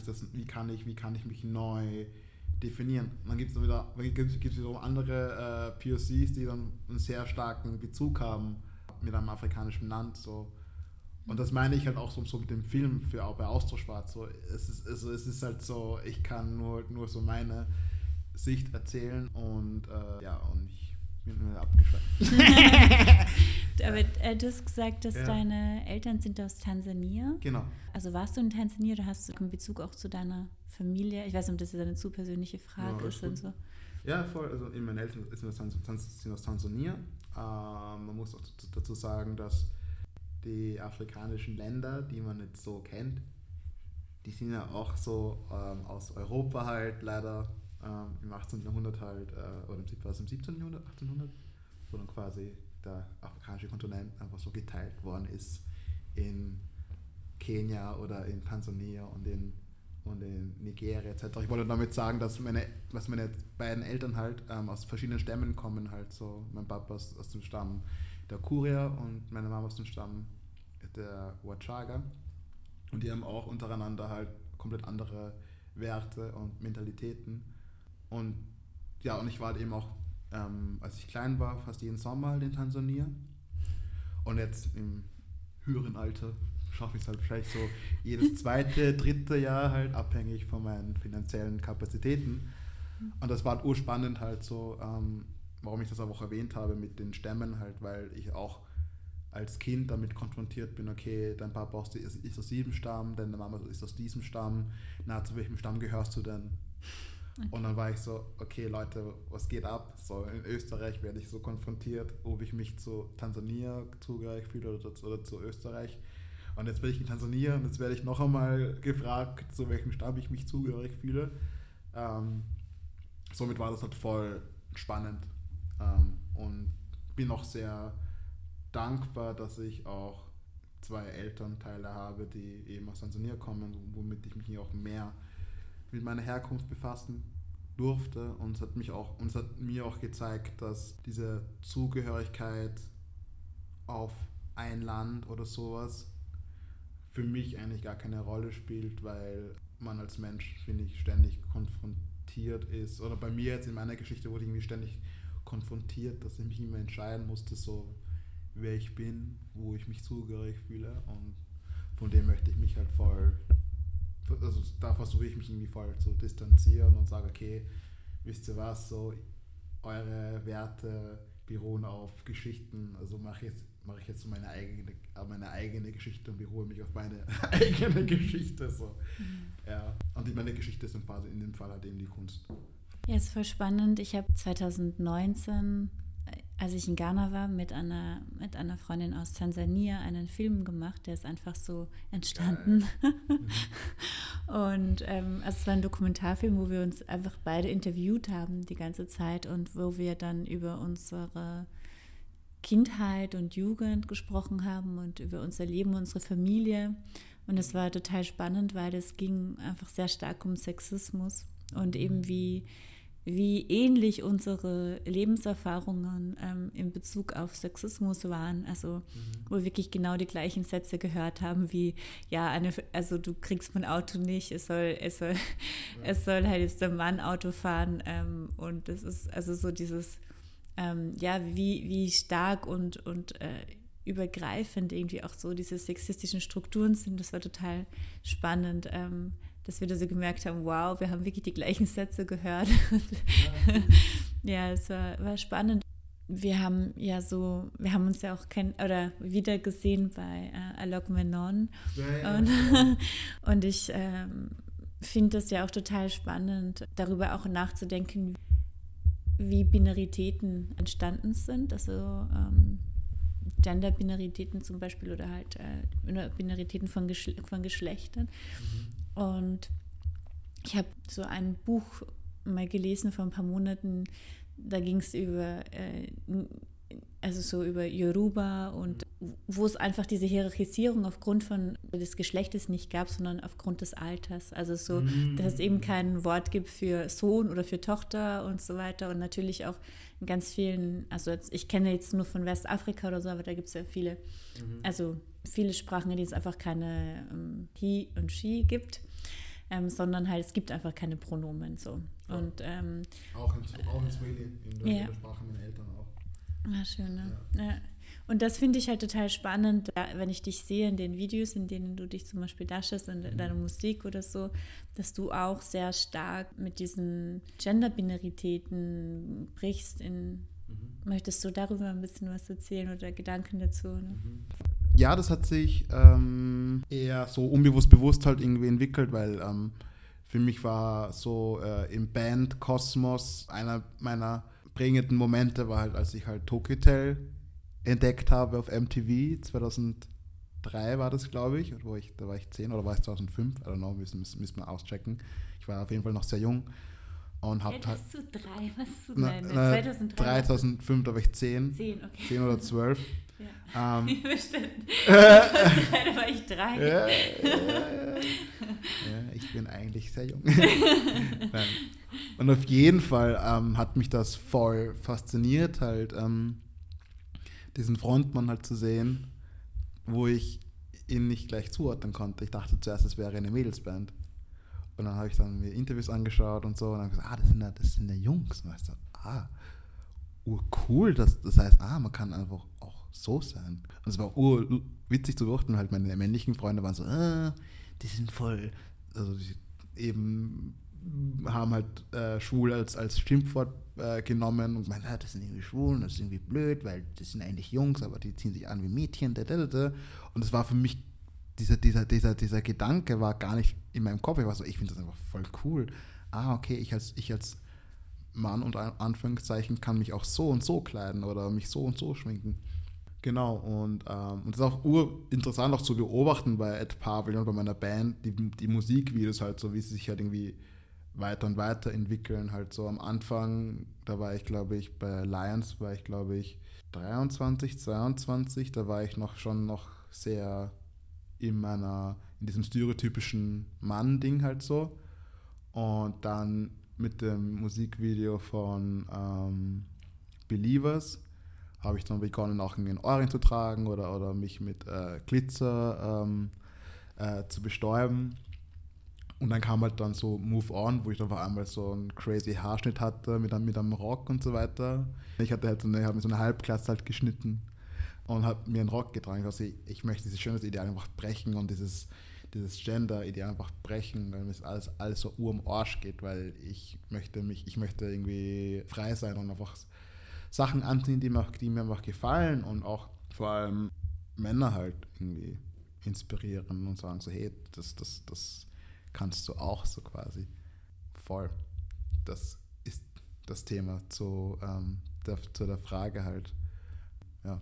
S2: ich mich neu definieren? Und dann gibt es wiederum andere POCs, die dann einen sehr starken Bezug haben mit einem afrikanischen Land, so. Und das meine ich halt auch so mit dem Film auch bei Austroschwarz. So. Es ist halt so, ich kann nur so meine Sicht erzählen und ich bin nur abgeschweift.
S1: Aber du hast gesagt, dass deine Eltern sind aus Tansania.
S2: Genau.
S1: Also warst du in Tansania oder hast du in Bezug auch zu deiner Familie? Ich weiß nicht, ob das eine zu persönliche Frage ist und so.
S2: Ja, voll. Also meine Eltern sind aus Tansania. Man muss auch dazu sagen, dass die afrikanischen Länder, die man jetzt so kennt, die sind ja auch so aus Europa halt leider im 18. Jahrhundert halt, oder was im 17. Jahrhundert, 1800, wo dann quasi der afrikanische Kontinent einfach so geteilt worden ist in Kenia oder in Tansania und in Nigeria etc. Ich wollte damit sagen, dass meine beiden Eltern halt aus verschiedenen Stämmen kommen, halt so. Mein Papa aus dem Stamm der Kurier und meine Mama aus dem Stamm der Wachaga. Und die haben auch untereinander halt komplett andere Werte und Mentalitäten. Und ja, und ich war halt eben auch, als ich klein war, fast jeden Sommer halt in Tansania. Und jetzt im höheren Alter schaffe ich es halt wahrscheinlich so jedes zweite, dritte Jahr halt, abhängig von meinen finanziellen Kapazitäten. Und das war halt urspannend halt so, warum ich das auch erwähnt habe mit den Stämmen halt, weil ich auch als Kind damit konfrontiert bin, okay, dein Papa ist aus diesem Stamm, deine Mama ist aus diesem Stamm, na, zu welchem Stamm gehörst du denn? Okay. Und dann war ich so, okay Leute, was geht ab? So, in Österreich werde ich so konfrontiert, ob ich mich zu Tansania zugehörig fühle oder zu Österreich. Und jetzt bin ich in Tansania und jetzt werde ich noch einmal gefragt, zu welchem Stamm ich mich zugehörig fühle. Somit war das halt voll spannend und bin auch sehr dankbar, dass ich auch 2 Elternteile habe, die eben aus Tansania kommen, womit ich mich auch mehr mit meiner Herkunft befassen durfte. Und es hat mir auch gezeigt, dass diese Zugehörigkeit auf ein Land oder sowas für mich eigentlich gar keine Rolle spielt, weil man als Mensch, finde ich, ständig konfrontiert ist. Oder bei mir jetzt in meiner Geschichte wurde ich irgendwie ständig konfrontiert, dass ich mich immer entscheiden musste, so wer ich bin, wo ich mich zugehörig fühle. Und von dem möchte ich mich halt also da versuche ich mich irgendwie voll zu distanzieren und sage, okay, wisst ihr was, so eure Werte beruhen auf Geschichten, also mache ich jetzt so meine eigene Geschichte und beruhe mich auf meine eigene Geschichte. So. Ja. Und meine Geschichte ist in dem Fall halt eben die Kunst.
S1: Ja, ist voll spannend. Ich habe 2019, als ich in Ghana war, mit einer Freundin aus Tansania einen Film gemacht, der ist einfach so entstanden. Und es war ein Dokumentarfilm, wo wir uns einfach beide interviewt haben die ganze Zeit und wo wir dann über unsere Kindheit und Jugend gesprochen haben und über unser Leben, unsere Familie. Und es war total spannend, weil es ging einfach sehr stark um Sexismus und eben wie ähnlich unsere Lebenserfahrungen in Bezug auf Sexismus waren. Also wo wir wirklich genau die gleichen Sätze gehört haben wie, ja, also du kriegst mein Auto nicht, es soll halt jetzt der Mann Auto fahren. Und es ist also so dieses, wie stark und übergreifend irgendwie auch so diese sexistischen Strukturen sind. Das war total spannend, dass wir da so gemerkt haben, wow, wir haben wirklich die gleichen Sätze gehört. Ja, es war spannend. Wir haben uns ja auch wieder gesehen bei Alok Menon. Und ich finde das ja auch total spannend, darüber auch nachzudenken, wie Binaritäten entstanden sind, also Gender-Binaritäten zum Beispiel oder halt Binaritäten von Geschlechtern. Und ich habe so ein Buch mal gelesen vor ein paar Monaten, da ging es über also so über Yoruba und wo es einfach diese Hierarchisierung aufgrund von des Geschlechtes nicht gab, sondern aufgrund des Alters. Also so, dass es eben kein Wort gibt für Sohn oder für Tochter und so weiter und natürlich auch in ganz vielen, also ich kenne jetzt nur von Westafrika oder so, aber da gibt es ja viele, also viele Sprachen, in denen es einfach keine he und she gibt. Sondern halt, es gibt einfach keine Pronomen so. Ja. Und,
S2: auch in Swahili, in der Sprache meiner Eltern auch.
S1: Ah, schön, ne? Ja. Und das finde ich halt total spannend, wenn ich dich sehe in den Videos, in denen du dich zum Beispiel darstellst, in deiner Musik oder so, dass du auch sehr stark mit diesen Gender-Binaritäten brichst. Möchtest du darüber ein bisschen was erzählen oder Gedanken dazu? Ne?
S2: Ja, das hat sich eher so unbewusst, bewusst halt irgendwie entwickelt, weil für mich war so im Band-Kosmos einer meiner prägenden Momente war halt, als ich halt Tokyo Hotel entdeckt habe auf MTV, 2003 war das, glaube ich, da war ich 10 oder war es 2005, I don't know, müssen wir auschecken. Ich war auf jeden Fall noch sehr jung und habe halt...
S1: Bist du 3, was du nennst?
S2: 2005, da war ich 10.
S1: 10, okay.
S2: 10 oder 12.
S1: Ja. Bestimmt. Da war ich 3.
S2: Ja, ich bin eigentlich sehr jung. Und auf jeden Fall hat mich das voll fasziniert, halt diesen Frontmann halt zu sehen, wo ich ihn nicht gleich zuordnen konnte. Ich dachte zuerst, es wäre eine Mädelsband. Und dann habe ich dann mir Interviews angeschaut und so und dann gesagt, das sind ja Jungs. Und ich so, cool, das heißt, man kann einfach auch so sein. Und es war witzig zu beobachten, halt meine männlichen Freunde waren so, die sind voll, also die eben haben halt schwul als Schimpfwort genommen und meinen, das sind irgendwie schwul und das ist irgendwie blöd, weil das sind eigentlich Jungs, aber die ziehen sich an wie Mädchen. Und es war für mich, dieser Gedanke war gar nicht in meinem Kopf. Ich war so, ich finde das einfach voll cool. Okay, ich als Mann unter Anführungszeichen kann mich auch so und so kleiden oder mich so und so schminken. Genau, und das ist auch urinteressant auch zu beobachten bei Ed Pavilion, bei meiner Band, die Musikvideos halt so, wie sie sich halt irgendwie weiter und weiter entwickeln. Halt so am Anfang, da war ich, glaube ich, bei Lions 23, 22, da war ich schon noch sehr in diesem stereotypischen Mann-Ding halt so. Und dann mit dem Musikvideo von Believers habe ich dann begonnen, auch einen Ohrring zu tragen oder mich mit Glitzer zu bestäuben. Und dann kam halt dann so Move On, wo ich dann auf einmal so einen crazy Haarschnitt hatte mit einem Rock und so weiter. Ich hatte halt habe mir so eine Halbklasse halt geschnitten und habe mir einen Rock getragen. Also ich möchte dieses Schönheitsideal einfach brechen und dieses Gender-Ideal einfach brechen, weil mir das alles so am Arsch geht, weil ich möchte irgendwie frei sein und einfach Sachen anziehen, die mir einfach gefallen und auch vor allem Männer halt irgendwie inspirieren und sagen so, hey, das kannst du auch so quasi. Voll. Das ist das Thema zu der Frage halt. Ja.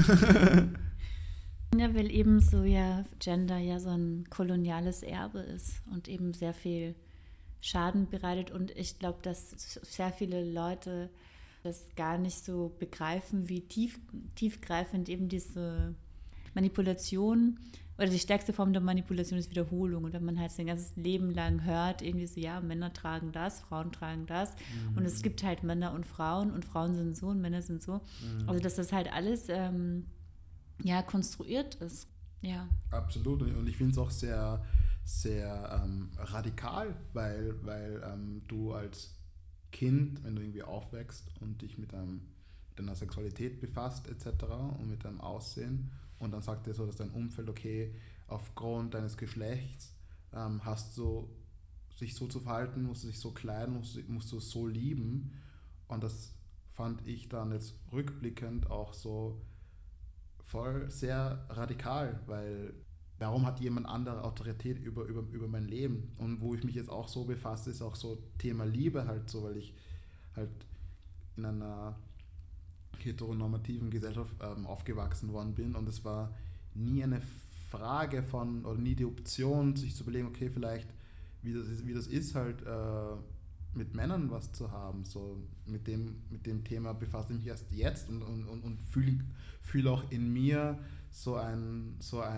S1: Ja, weil eben so ja Gender ja so ein koloniales Erbe ist und eben sehr viel Schaden bereitet und ich glaube, dass sehr viele Leute das gar nicht so begreifen, wie tiefgreifend eben diese Manipulation oder die stärkste Form der Manipulation ist Wiederholung. Und wenn man halt sein ganzes Leben lang hört, irgendwie so, ja, Männer tragen das, Frauen tragen das. Mhm. Und es gibt halt Männer und Frauen sind so und Männer sind so. Mhm. Also dass das halt alles konstruiert ist. Ja.
S2: Absolut. Und ich finde es auch sehr, sehr radikal, weil du als Kind, wenn du irgendwie aufwächst und dich mit deiner Sexualität befasst etc. und mit deinem Aussehen und dann sagt dir so, dass dein Umfeld, okay, aufgrund deines Geschlechts hast du sich so zu verhalten, musst du dich so kleiden, musst du es so lieben und das fand ich dann jetzt rückblickend auch so voll sehr radikal, weil warum hat jemand andere Autorität über mein Leben? Und wo ich mich jetzt auch so befasse, ist auch so Thema Liebe halt so, weil ich halt in einer heteronormativen Gesellschaft aufgewachsen worden bin und es war nie eine Frage von oder nie die Option, sich zu überlegen, okay, vielleicht wie das ist halt mit Männern was zu haben. So mit dem Thema befasse ich mich erst jetzt und fühl auch in mir so ein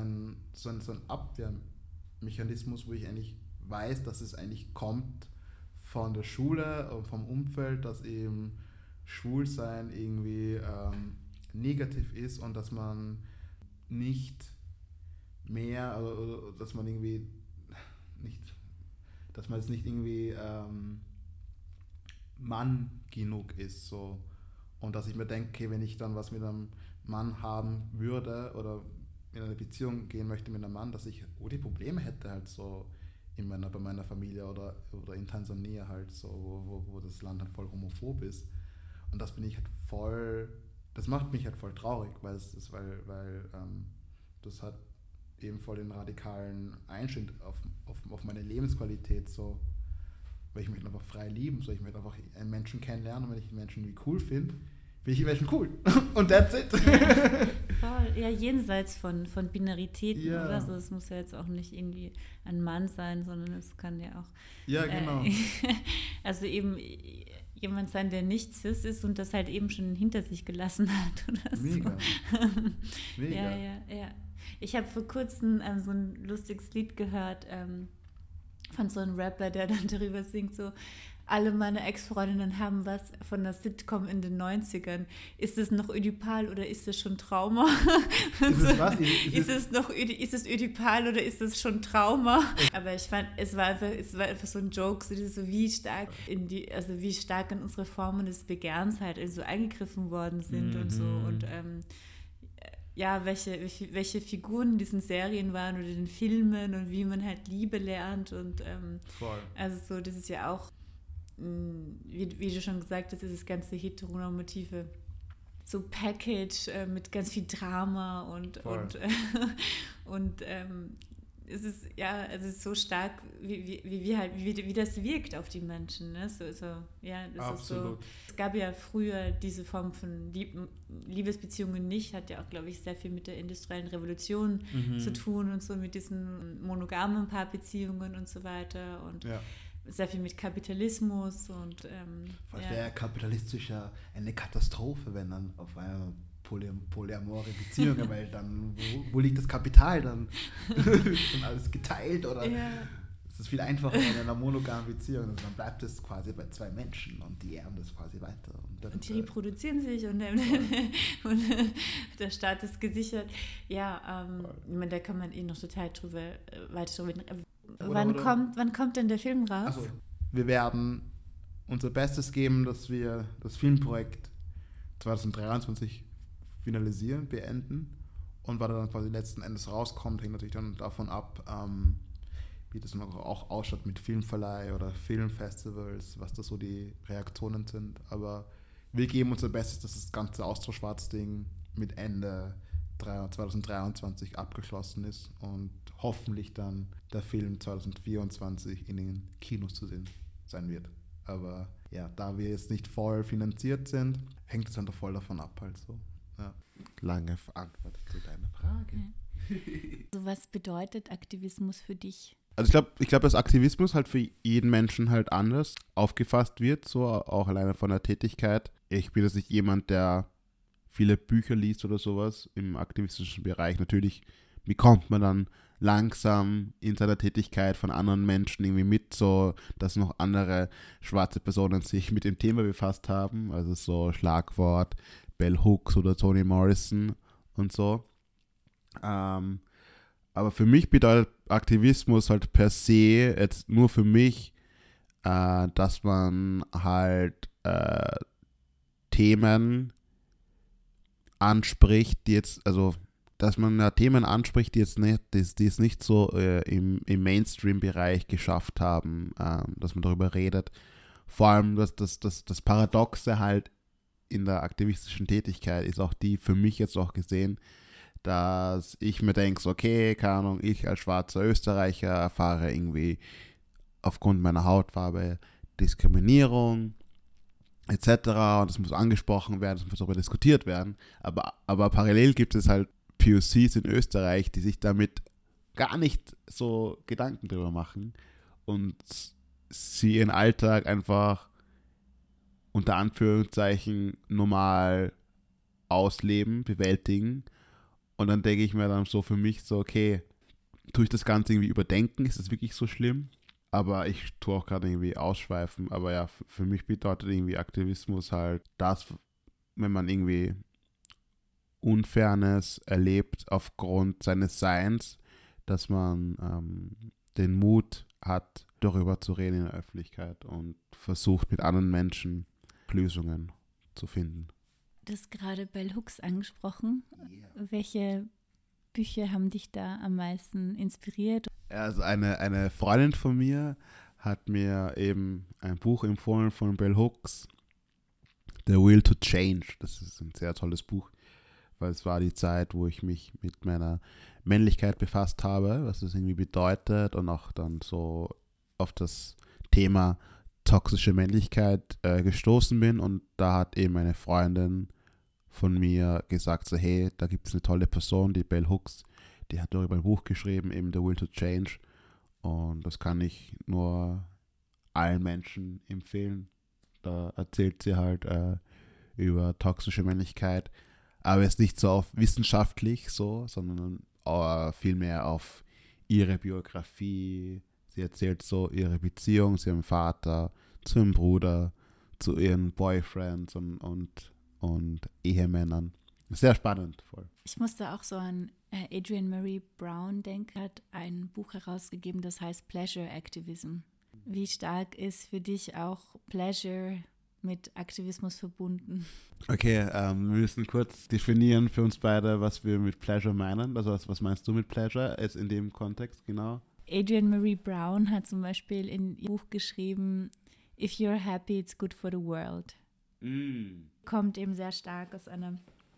S2: Abwehrmechanismus, wo ich eigentlich weiß, dass es eigentlich kommt von der Schule und vom Umfeld, dass eben Schwulsein irgendwie negativ ist und dass man nicht mehr, oder dass man irgendwie nicht, dass man jetzt nicht irgendwie Mann genug ist, so. Und dass ich mir denke, okay, wenn ich dann was mit einem Mann haben würde oder in eine Beziehung gehen möchte mit einem Mann, dass ich die Probleme hätte halt so bei meiner Familie oder in Tansania halt so, wo das Land halt voll homophob ist. Und das das macht mich halt voll traurig, weil das hat eben voll den radikalen Einschnitt auf meine Lebensqualität so, weil ich möchte einfach frei lieben, so, ich möchte einfach einen Menschen kennenlernen und wenn ich einen Menschen wie cool finde, finde ich den Menschen cool. Und that's it.
S1: Ja, voll. Ja, jenseits von Binaritäten,
S2: ja.
S1: Oder so. Es muss ja jetzt auch nicht irgendwie ein Mann sein, sondern es kann ja auch
S2: ja, genau.
S1: Also eben jemand sein, der nicht cis ist und das halt eben schon hinter sich gelassen hat oder
S2: Mega.
S1: so.
S2: Mega.
S1: Ja. Ich habe vor kurzem so ein lustiges Lied gehört von so einem Rapper, der dann darüber singt, so: Alle meine Ex-Freundinnen haben was von der Sitcom in den 90ern. Ist es noch Ödipal oder ist es schon Trauma? Ist es Ödipal oder ist es schon Trauma? Aber ich fand, es war einfach so ein Joke, so wie stark wie stark in unsere Formen des Begehrens halt so eingegriffen worden sind und so. Und welche Figuren in diesen Serien waren oder in den Filmen und wie man halt Liebe lernt. Und
S2: voll.
S1: Also so, das ist ja auch, wie du schon gesagt hast, dieses ganze heteronormative so Package mit ganz viel Drama und es ist so stark, wie das wirkt auf die Menschen. Ne? Das
S2: Absolut.
S1: ist so. Es gab ja früher diese Form von Liebesbeziehungen nicht, hat ja auch, glaube ich, sehr viel mit der industriellen Revolution zu tun und so mit diesen monogamen Paarbeziehungen und so weiter und sehr viel mit Kapitalismus und
S2: wäre kapitalistisch ja eine Katastrophe, wenn dann auf einer polyamore Beziehung, weil dann, wo liegt das Kapital dann? Ist dann alles geteilt oder ist es viel einfacher in einer monogamen Beziehung und dann bleibt es quasi bei zwei Menschen und die erben das quasi weiter.
S1: Und die reproduzieren sich und der Staat ist gesichert. Ja, da kann man noch total weiter drüber reden. Wann kommt denn der Film raus?
S2: Also, wir werden unser Bestes geben, dass wir das Filmprojekt 2023 finalisieren, beenden und was dann quasi letzten Endes rauskommt, hängt natürlich dann davon ab, wie das noch auch ausschaut mit Filmverleih oder Filmfestivals, was da so die Reaktionen sind, aber wir geben unser Bestes, dass das ganze Austro-Schwarz-Ding mit Ende 2023 abgeschlossen ist und hoffentlich dann der Film 2024 in den Kinos zu sehen sein wird. Aber ja, da wir jetzt nicht voll finanziert sind, hängt es dann doch voll davon ab halt so. Ja. Lange Antwort zu deiner Frage.
S1: Also was bedeutet Aktivismus für dich?
S2: Also ich glaube, dass Aktivismus halt für jeden Menschen halt anders aufgefasst wird, so auch alleine von der Tätigkeit. Ich bin jetzt nicht jemand, der viele Bücher liest oder sowas im aktivistischen Bereich. Natürlich bekommt man dann langsam in seiner Tätigkeit von anderen Menschen irgendwie mit, so dass noch andere schwarze Personen sich mit dem Thema befasst haben. Also so Schlagwort Bell Hooks oder Toni Morrison und so. Aber für mich bedeutet Aktivismus halt per se jetzt nur für mich, dass man halt Themen anspricht, die jetzt, also dass man Themen anspricht, die es nicht so im Mainstream-Bereich geschafft haben, dass man darüber redet. Vor allem das Paradoxe halt in der aktivistischen Tätigkeit ist auch die für mich jetzt auch gesehen, dass ich mir denke, so, okay, keine Ahnung, ich als schwarzer Österreicher erfahre irgendwie aufgrund meiner Hautfarbe Diskriminierung etc. und das muss angesprochen werden, es muss darüber diskutiert werden, aber parallel gibt es halt POCs in Österreich, die sich damit gar nicht so Gedanken drüber machen und sie ihren Alltag einfach unter Anführungszeichen normal ausleben, bewältigen. Und dann denke ich mir dann so für mich so, okay, tue ich das Ganze irgendwie überdenken? Ist das wirklich so schlimm? Aber ich tue auch gerade irgendwie ausschweifen. Aber ja, für mich bedeutet irgendwie Aktivismus halt das, wenn man irgendwie Unfairness erlebt aufgrund seines Seins, dass man den Mut hat, darüber zu reden in der Öffentlichkeit und versucht mit anderen Menschen Lösungen zu finden.
S1: Du hast gerade Bell Hooks angesprochen. Yeah. Welche Bücher haben dich da am meisten inspiriert?
S2: Also eine Freundin von mir hat mir eben ein Buch empfohlen von Bell Hooks, The Will to Change. Das ist ein sehr tolles Buch, weil es war die Zeit, wo ich mich mit meiner Männlichkeit befasst habe, was das irgendwie bedeutet und auch dann so auf das Thema toxische Männlichkeit gestoßen bin. Und da hat eben eine Freundin von mir gesagt, so hey, da gibt es eine tolle Person, die Bell Hooks, die hat darüber ein Buch geschrieben, eben The Will to Change. Und das kann ich nur allen Menschen empfehlen. Da erzählt sie halt über toxische Männlichkeit, aber jetzt nicht so auf wissenschaftlich so, sondern vielmehr auf ihre Biografie. Sie erzählt so ihre Beziehung zu ihrem Vater, zu ihrem Bruder, zu ihren Boyfriends und Ehemännern. Sehr spannend. Voll.
S1: Ich musste auch so an Adrienne Maree Brown denken, hat ein Buch herausgegeben, das heißt Pleasure Activism. Wie stark ist für dich auch Pleasure mit Aktivismus verbunden?
S2: Okay, wir müssen kurz definieren für uns beide, was wir mit Pleasure meinen. Also was meinst du mit Pleasure jetzt in dem Kontext genau?
S1: Adrienne Maree Brown hat zum Beispiel in ihr Buch geschrieben, If you're happy, it's good for the world. Kommt eben sehr stark aus einer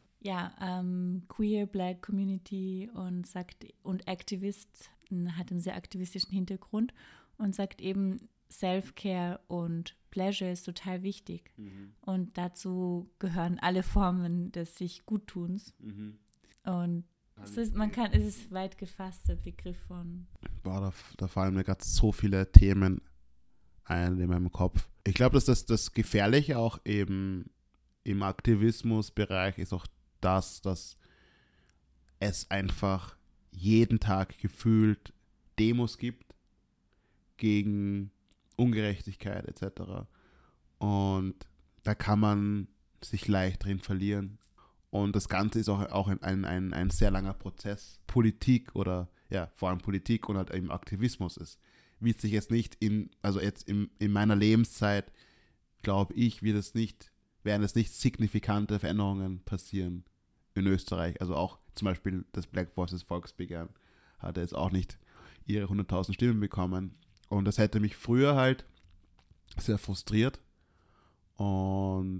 S1: queer Black Community und Aktivist, hat einen sehr aktivistischen Hintergrund und sagt eben, Self-Care und Pleasure ist total wichtig. Und dazu gehören alle Formen des sich Guttuns. Und es ist weit gefasst, der Begriff von.
S2: Boah, da fallen mir gerade so viele Themen ein in meinem Kopf. Ich glaube, dass das Gefährliche auch eben im Aktivismusbereich ist auch das, dass es einfach jeden Tag gefühlt Demos gibt gegen Ungerechtigkeit etc. Und da kann man sich leicht drin verlieren. Und das Ganze ist auch ein sehr langer Prozess. Politik oder vor allem Politik und halt eben Aktivismus ist. Wird sich jetzt nicht in meiner Lebenszeit, glaube ich, werden es nicht signifikante Veränderungen passieren in Österreich. Also auch zum Beispiel das Black Voices Volksbegehren hatte jetzt auch nicht ihre 100.000 Stimmen bekommen. Und das hätte mich früher halt sehr frustriert und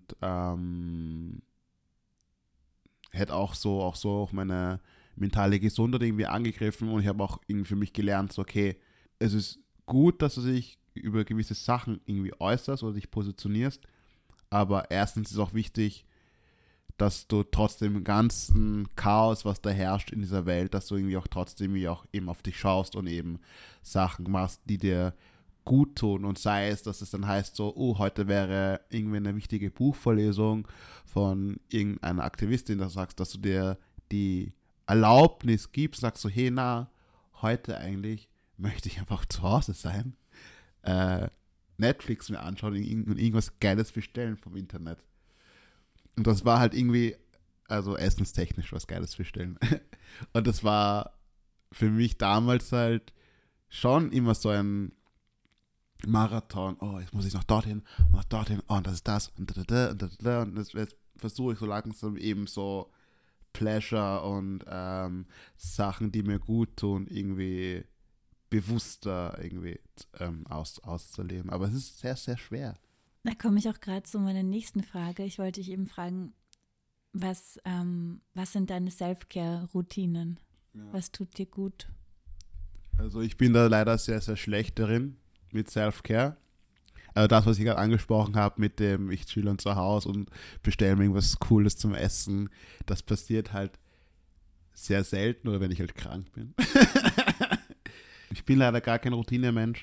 S2: hätte auch meine mentale Gesundheit irgendwie angegriffen. Und ich habe auch irgendwie für mich gelernt, so okay, es ist gut, dass du dich über gewisse Sachen irgendwie äußerst oder dich positionierst, aber erstens ist auch wichtig, dass du trotzdem im ganzen Chaos, was da herrscht in dieser Welt, dass du irgendwie auch trotzdem eben auf dich schaust und eben Sachen machst, die dir gut tun. Und sei es, dass es dann heißt so, heute wäre irgendwie eine wichtige Buchvorlesung von irgendeiner Aktivistin, da sagst, dass du dir die Erlaubnis gibst, sagst so, hey, heute eigentlich möchte ich einfach zu Hause sein, Netflix mir anschauen und irgendwas Geiles bestellen vom Internet. Und das war halt irgendwie, also essenstechnisch was Geiles bestellen. Und das war für mich damals halt schon immer so ein Marathon. Jetzt muss ich noch dorthin, und das ist das und jetzt versuche ich so langsam eben so Pleasure und Sachen, die mir gut tun, irgendwie bewusster irgendwie auszuleben. Aber es ist sehr, sehr schwer.
S1: Da komme ich auch gerade zu meiner nächsten Frage. Ich wollte dich eben fragen, was sind deine Self-Care-Routinen? Ja. Was tut dir gut?
S2: Also ich bin da leider sehr, sehr schlecht darin mit Self-Care. Also das, was ich gerade angesprochen habe mit dem, ich chill dann zu Hause und bestelle mir irgendwas Cooles zum Essen, das passiert halt sehr selten oder wenn ich halt krank bin. Ich bin leider gar kein Routinemensch.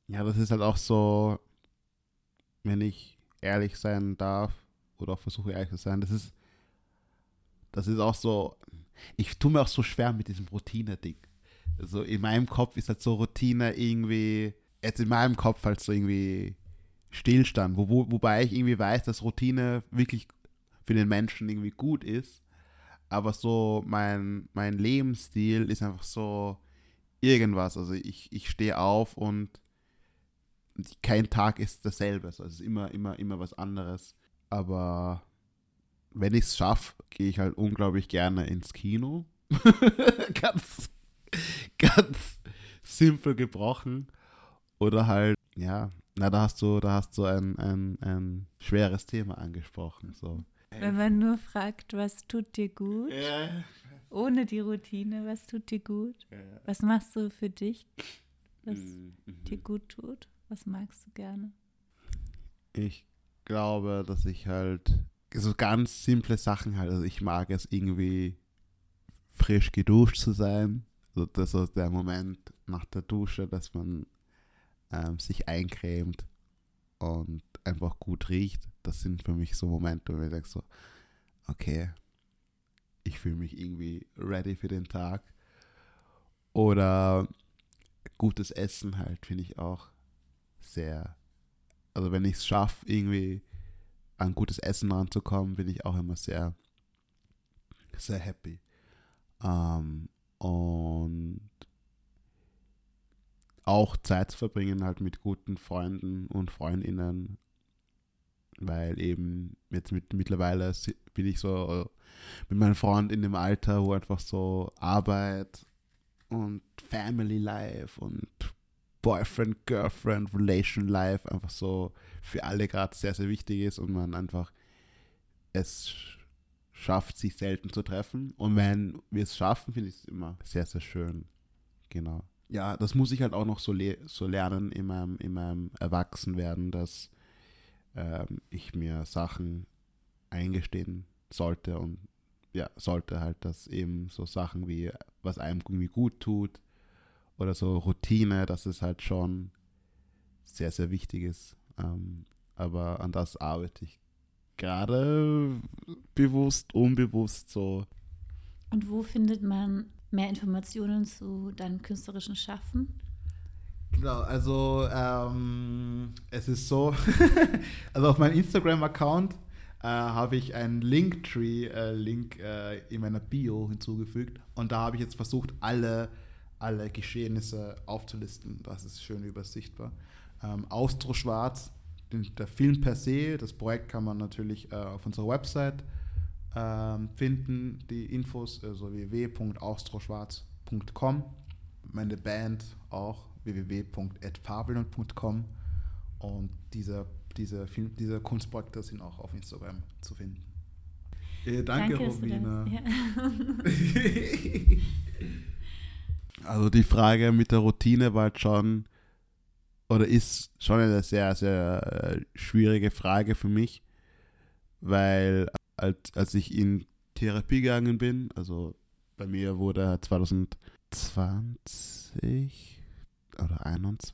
S2: Ja, das ist halt auch so, wenn ich ehrlich sein darf oder auch versuche ehrlich zu sein, das ist auch so, ich tue mir auch so schwer mit diesem Routine-Ding. Also in meinem Kopf ist halt so Routine irgendwie, jetzt in meinem Kopf halt so irgendwie Stillstand, wobei ich irgendwie weiß, dass Routine wirklich für den Menschen irgendwie gut ist, aber so mein Lebensstil ist einfach so irgendwas, also ich stehe auf und kein Tag ist dasselbe, also es ist immer was anderes, aber wenn ich es schaffe, gehe ich halt unglaublich gerne ins Kino, ganz, ganz simpel gebrochen, oder halt, ja, na, da hast du ein schweres Thema angesprochen. So.
S1: Wenn man nur fragt, was tut dir gut,
S2: Ja.
S1: ohne die Routine, was tut dir gut? Was machst du für dich, was dir gut tut? Was magst du gerne?
S2: Ich glaube, dass ich halt so ganz simple Sachen halt, also ich mag es irgendwie frisch geduscht zu sein. Also das ist der Moment nach der Dusche, dass man sich eincremt und einfach gut riecht. Das sind für mich so Momente, wo ich denke so, okay, ich fühle mich irgendwie ready für den Tag. Oder gutes Essen halt, finde ich auch sehr, also wenn ich es schaffe, irgendwie an gutes Essen ranzukommen, bin ich auch immer sehr, sehr happy. Und auch Zeit zu verbringen halt mit guten Freunden und Freundinnen, weil eben jetzt mittlerweile bin ich so mit meinem Freund in dem Alter, wo einfach so Arbeit und Family Life und Boyfriend, Girlfriend, Relation Life einfach so für alle gerade sehr, sehr wichtig ist und man einfach es schafft, sich selten zu treffen. Und wenn wir es schaffen, finde ich es immer sehr, sehr schön. Genau. Ja, das muss ich halt auch noch so lernen in meinem Erwachsenwerden, dass ich mir Sachen eingestehen sollte und ja, sollte halt, dass eben so Sachen wie, was einem irgendwie gut tut oder so Routine, dass es halt schon sehr, sehr wichtig ist. Aber an das arbeite ich gerade bewusst, unbewusst so.
S1: Und wo findet man mehr Informationen zu deinem künstlerischen Schaffen?
S2: Genau, also es ist so, also auf meinem Instagram-Account habe ich einen Linktree-Link in meiner Bio hinzugefügt und da habe ich jetzt versucht, alle Geschehnisse aufzulisten. Das ist schön übersichtbar. Austroschwarz, der Film per se, das Projekt kann man natürlich auf unserer Website finden, die Infos, also www.austroschwarz.com. Meine Band auch www.edfabeln.com und diese Kunstprojekte sind auch auf Instagram zu finden. Danke, Romina. Ja. Also die Frage mit der Routine war halt schon, oder ist schon eine sehr, sehr schwierige Frage für mich, weil als ich in Therapie gegangen bin, also bei mir wurde 2020 oder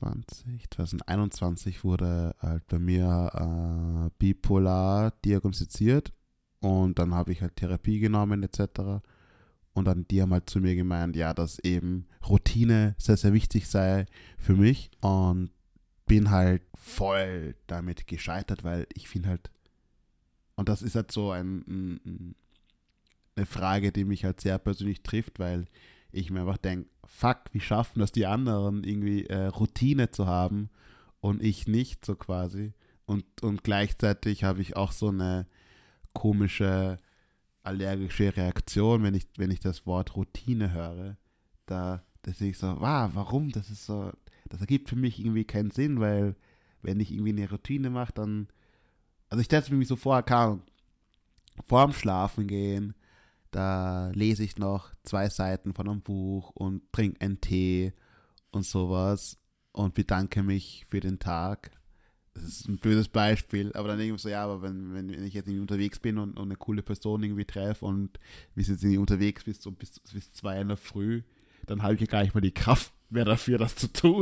S2: 2021 wurde halt bei mir bipolar diagnostiziert und dann habe ich halt Therapie genommen etc. Und dann die haben halt zu mir gemeint, ja, dass eben Routine sehr, sehr wichtig sei für mich und bin halt voll damit gescheitert, weil ich finde halt, und das ist halt so eine Frage, die mich halt sehr persönlich trifft, weil ich mir einfach denke, fuck, wie schaffen das die anderen irgendwie Routine zu haben und ich nicht so quasi. Und gleichzeitig habe ich auch so eine komische allergische Reaktion, wenn ich das Wort Routine höre. Da sehe ich so, wow, warum? Das ist so, das ergibt für mich irgendwie keinen Sinn, weil wenn ich irgendwie eine Routine mache, dann, also ich stelle es mir so vor, vorm Schlafen gehen, da lese ich noch 2 Seiten von einem Buch und trinke einen Tee und sowas und bedanke mich für den Tag. Das ist ein blödes Beispiel, aber dann irgendwie so, ja, aber wenn ich jetzt irgendwie unterwegs bin und eine coole Person irgendwie treffe und wir sind jetzt irgendwie unterwegs bis 2 in der Früh, dann habe ich ja gar nicht mal die Kraft mehr dafür, das zu tun.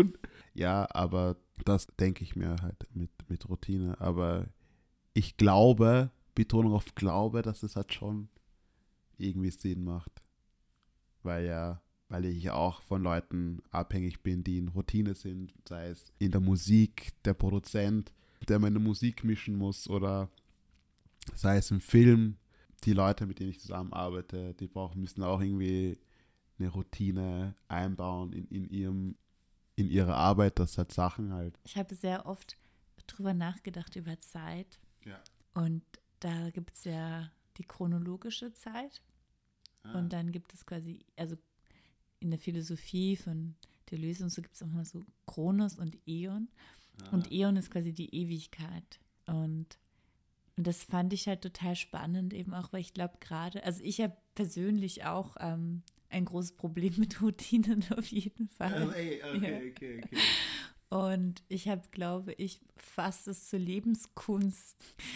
S2: Ja, aber das denke ich mir halt mit Routine. Aber ich glaube, Betonung auf Glaube, dass es halt schon irgendwie Sinn macht. Weil ich auch von Leuten abhängig bin, die in Routine sind, sei es in der Musik, der Produzent, der meine Musik mischen muss, oder sei es im Film, die Leute, mit denen ich zusammenarbeite, müssen auch irgendwie eine Routine einbauen in ihre Arbeit, dass halt Sachen halt.
S1: Ich habe sehr oft drüber nachgedacht über Zeit.
S2: Ja.
S1: Und da gibt es ja die chronologische Zeit. Und dann gibt es quasi, also in der Philosophie von Deleuze und so gibt es auch mal so Chronos und Äon. Und Äon ist quasi die Ewigkeit. Und das fand ich halt total spannend, eben auch, weil ich glaube gerade, also ich habe persönlich auch ein großes Problem mit Routinen auf jeden Fall.
S2: Okay.
S1: Und ich habe, glaube ich, fast es zur Lebenskunst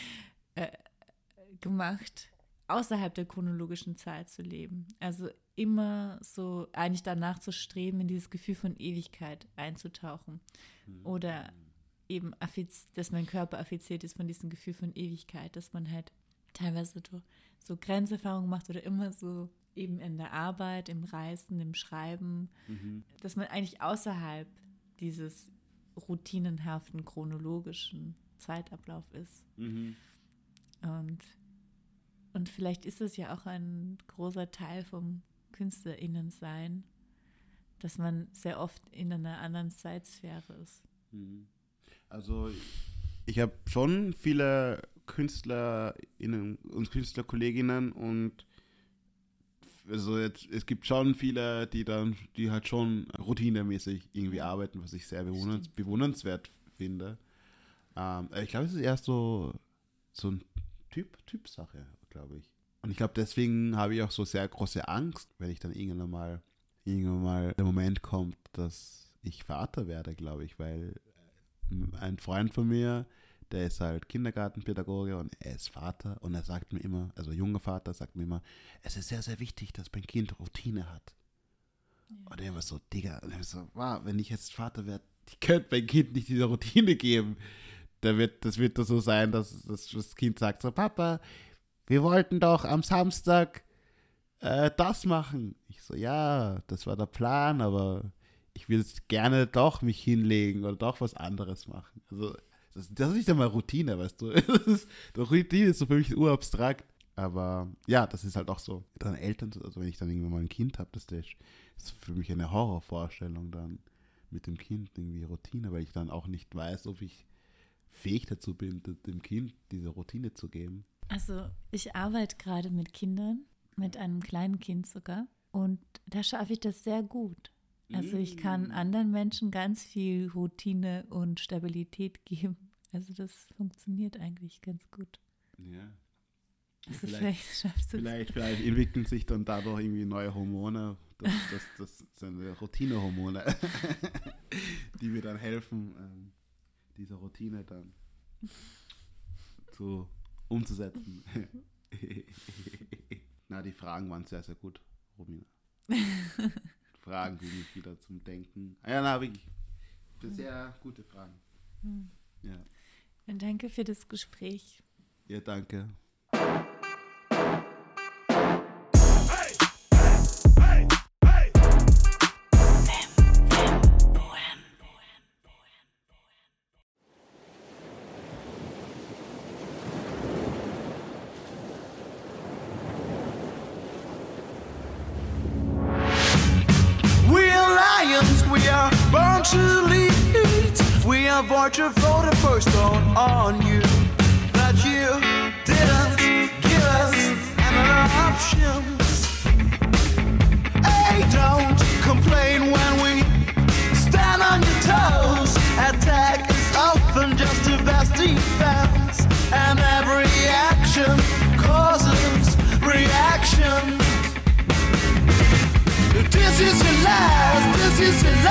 S1: gemacht, außerhalb der chronologischen Zeit zu leben. Also immer so eigentlich danach zu streben, in dieses Gefühl von Ewigkeit einzutauchen. Oder eben, dass mein Körper affiziert ist von diesem Gefühl von Ewigkeit, dass man halt teilweise so Grenzerfahrungen macht oder immer so eben in der Arbeit, im Reisen, im Schreiben, dass man eigentlich außerhalb dieses routinenhaften, chronologischen Zeitablauf ist. Und vielleicht ist es ja auch ein großer Teil vom KünstlerInnen-Sein, dass man sehr oft in einer anderen Zeitsphäre ist.
S2: Also ich habe schon viele KünstlerInnen und Künstlerkolleginnen und also es gibt schon viele, die halt schon routinemäßig irgendwie arbeiten, was ich sehr bewundernswert finde. Ich glaube, es ist erst so ein Typsache, glaube ich. Und ich glaube, deswegen habe ich auch so sehr große Angst, wenn ich dann irgendwann mal der Moment kommt, dass ich Vater werde, glaube ich, weil ein Freund von mir, der ist halt Kindergartenpädagoge und er ist Vater und er sagt mir immer, also junger Vater sagt mir immer, es ist sehr, sehr wichtig, dass mein Kind Routine hat. Ja. Und er war so, Digga, und er war so, wow, wenn ich jetzt Vater werde, ich könnte mein Kind nicht diese Routine geben. Das wird so sein, dass das Kind sagt so, Papa, wir wollten doch am Samstag das machen. Ich so, ja, das war der Plan, aber ich will jetzt gerne doch mich hinlegen oder doch was anderes machen. Also das ist nicht einmal Routine, weißt du. Die Routine ist so für mich urabstrakt. Aber ja, das ist halt auch so. Dann Eltern, also wenn ich dann irgendwann mal ein Kind habe, das ist für mich eine Horrorvorstellung dann mit dem Kind, irgendwie Routine, weil ich dann auch nicht weiß, ob ich fähig dazu bin, dem Kind diese Routine zu geben.
S1: Also ich arbeite gerade mit Kindern, mit einem kleinen Kind sogar. Und da schaffe ich das sehr gut. Also ich kann anderen Menschen ganz viel Routine und Stabilität geben. Also das funktioniert eigentlich ganz gut.
S2: Ja.
S1: Also vielleicht schaffst du
S2: Vielleicht entwickeln sich dann dadurch irgendwie neue Hormone. Das sind Routinehormone, die mir dann helfen, diese Routine dann umzusetzen. Na, die Fragen waren sehr, sehr gut, Romina. Fragen, die mich wieder zum Denken. Ja, na, wirklich. Sehr gute Fragen. Ja.
S1: Und danke für das Gespräch.
S2: Ja, danke.
S3: Voucher for the first one on you, but you didn't give us another option. Hey, don't complain when we stand on your toes. Attack is often just the best defense, and every action causes reaction. This is your last, this is your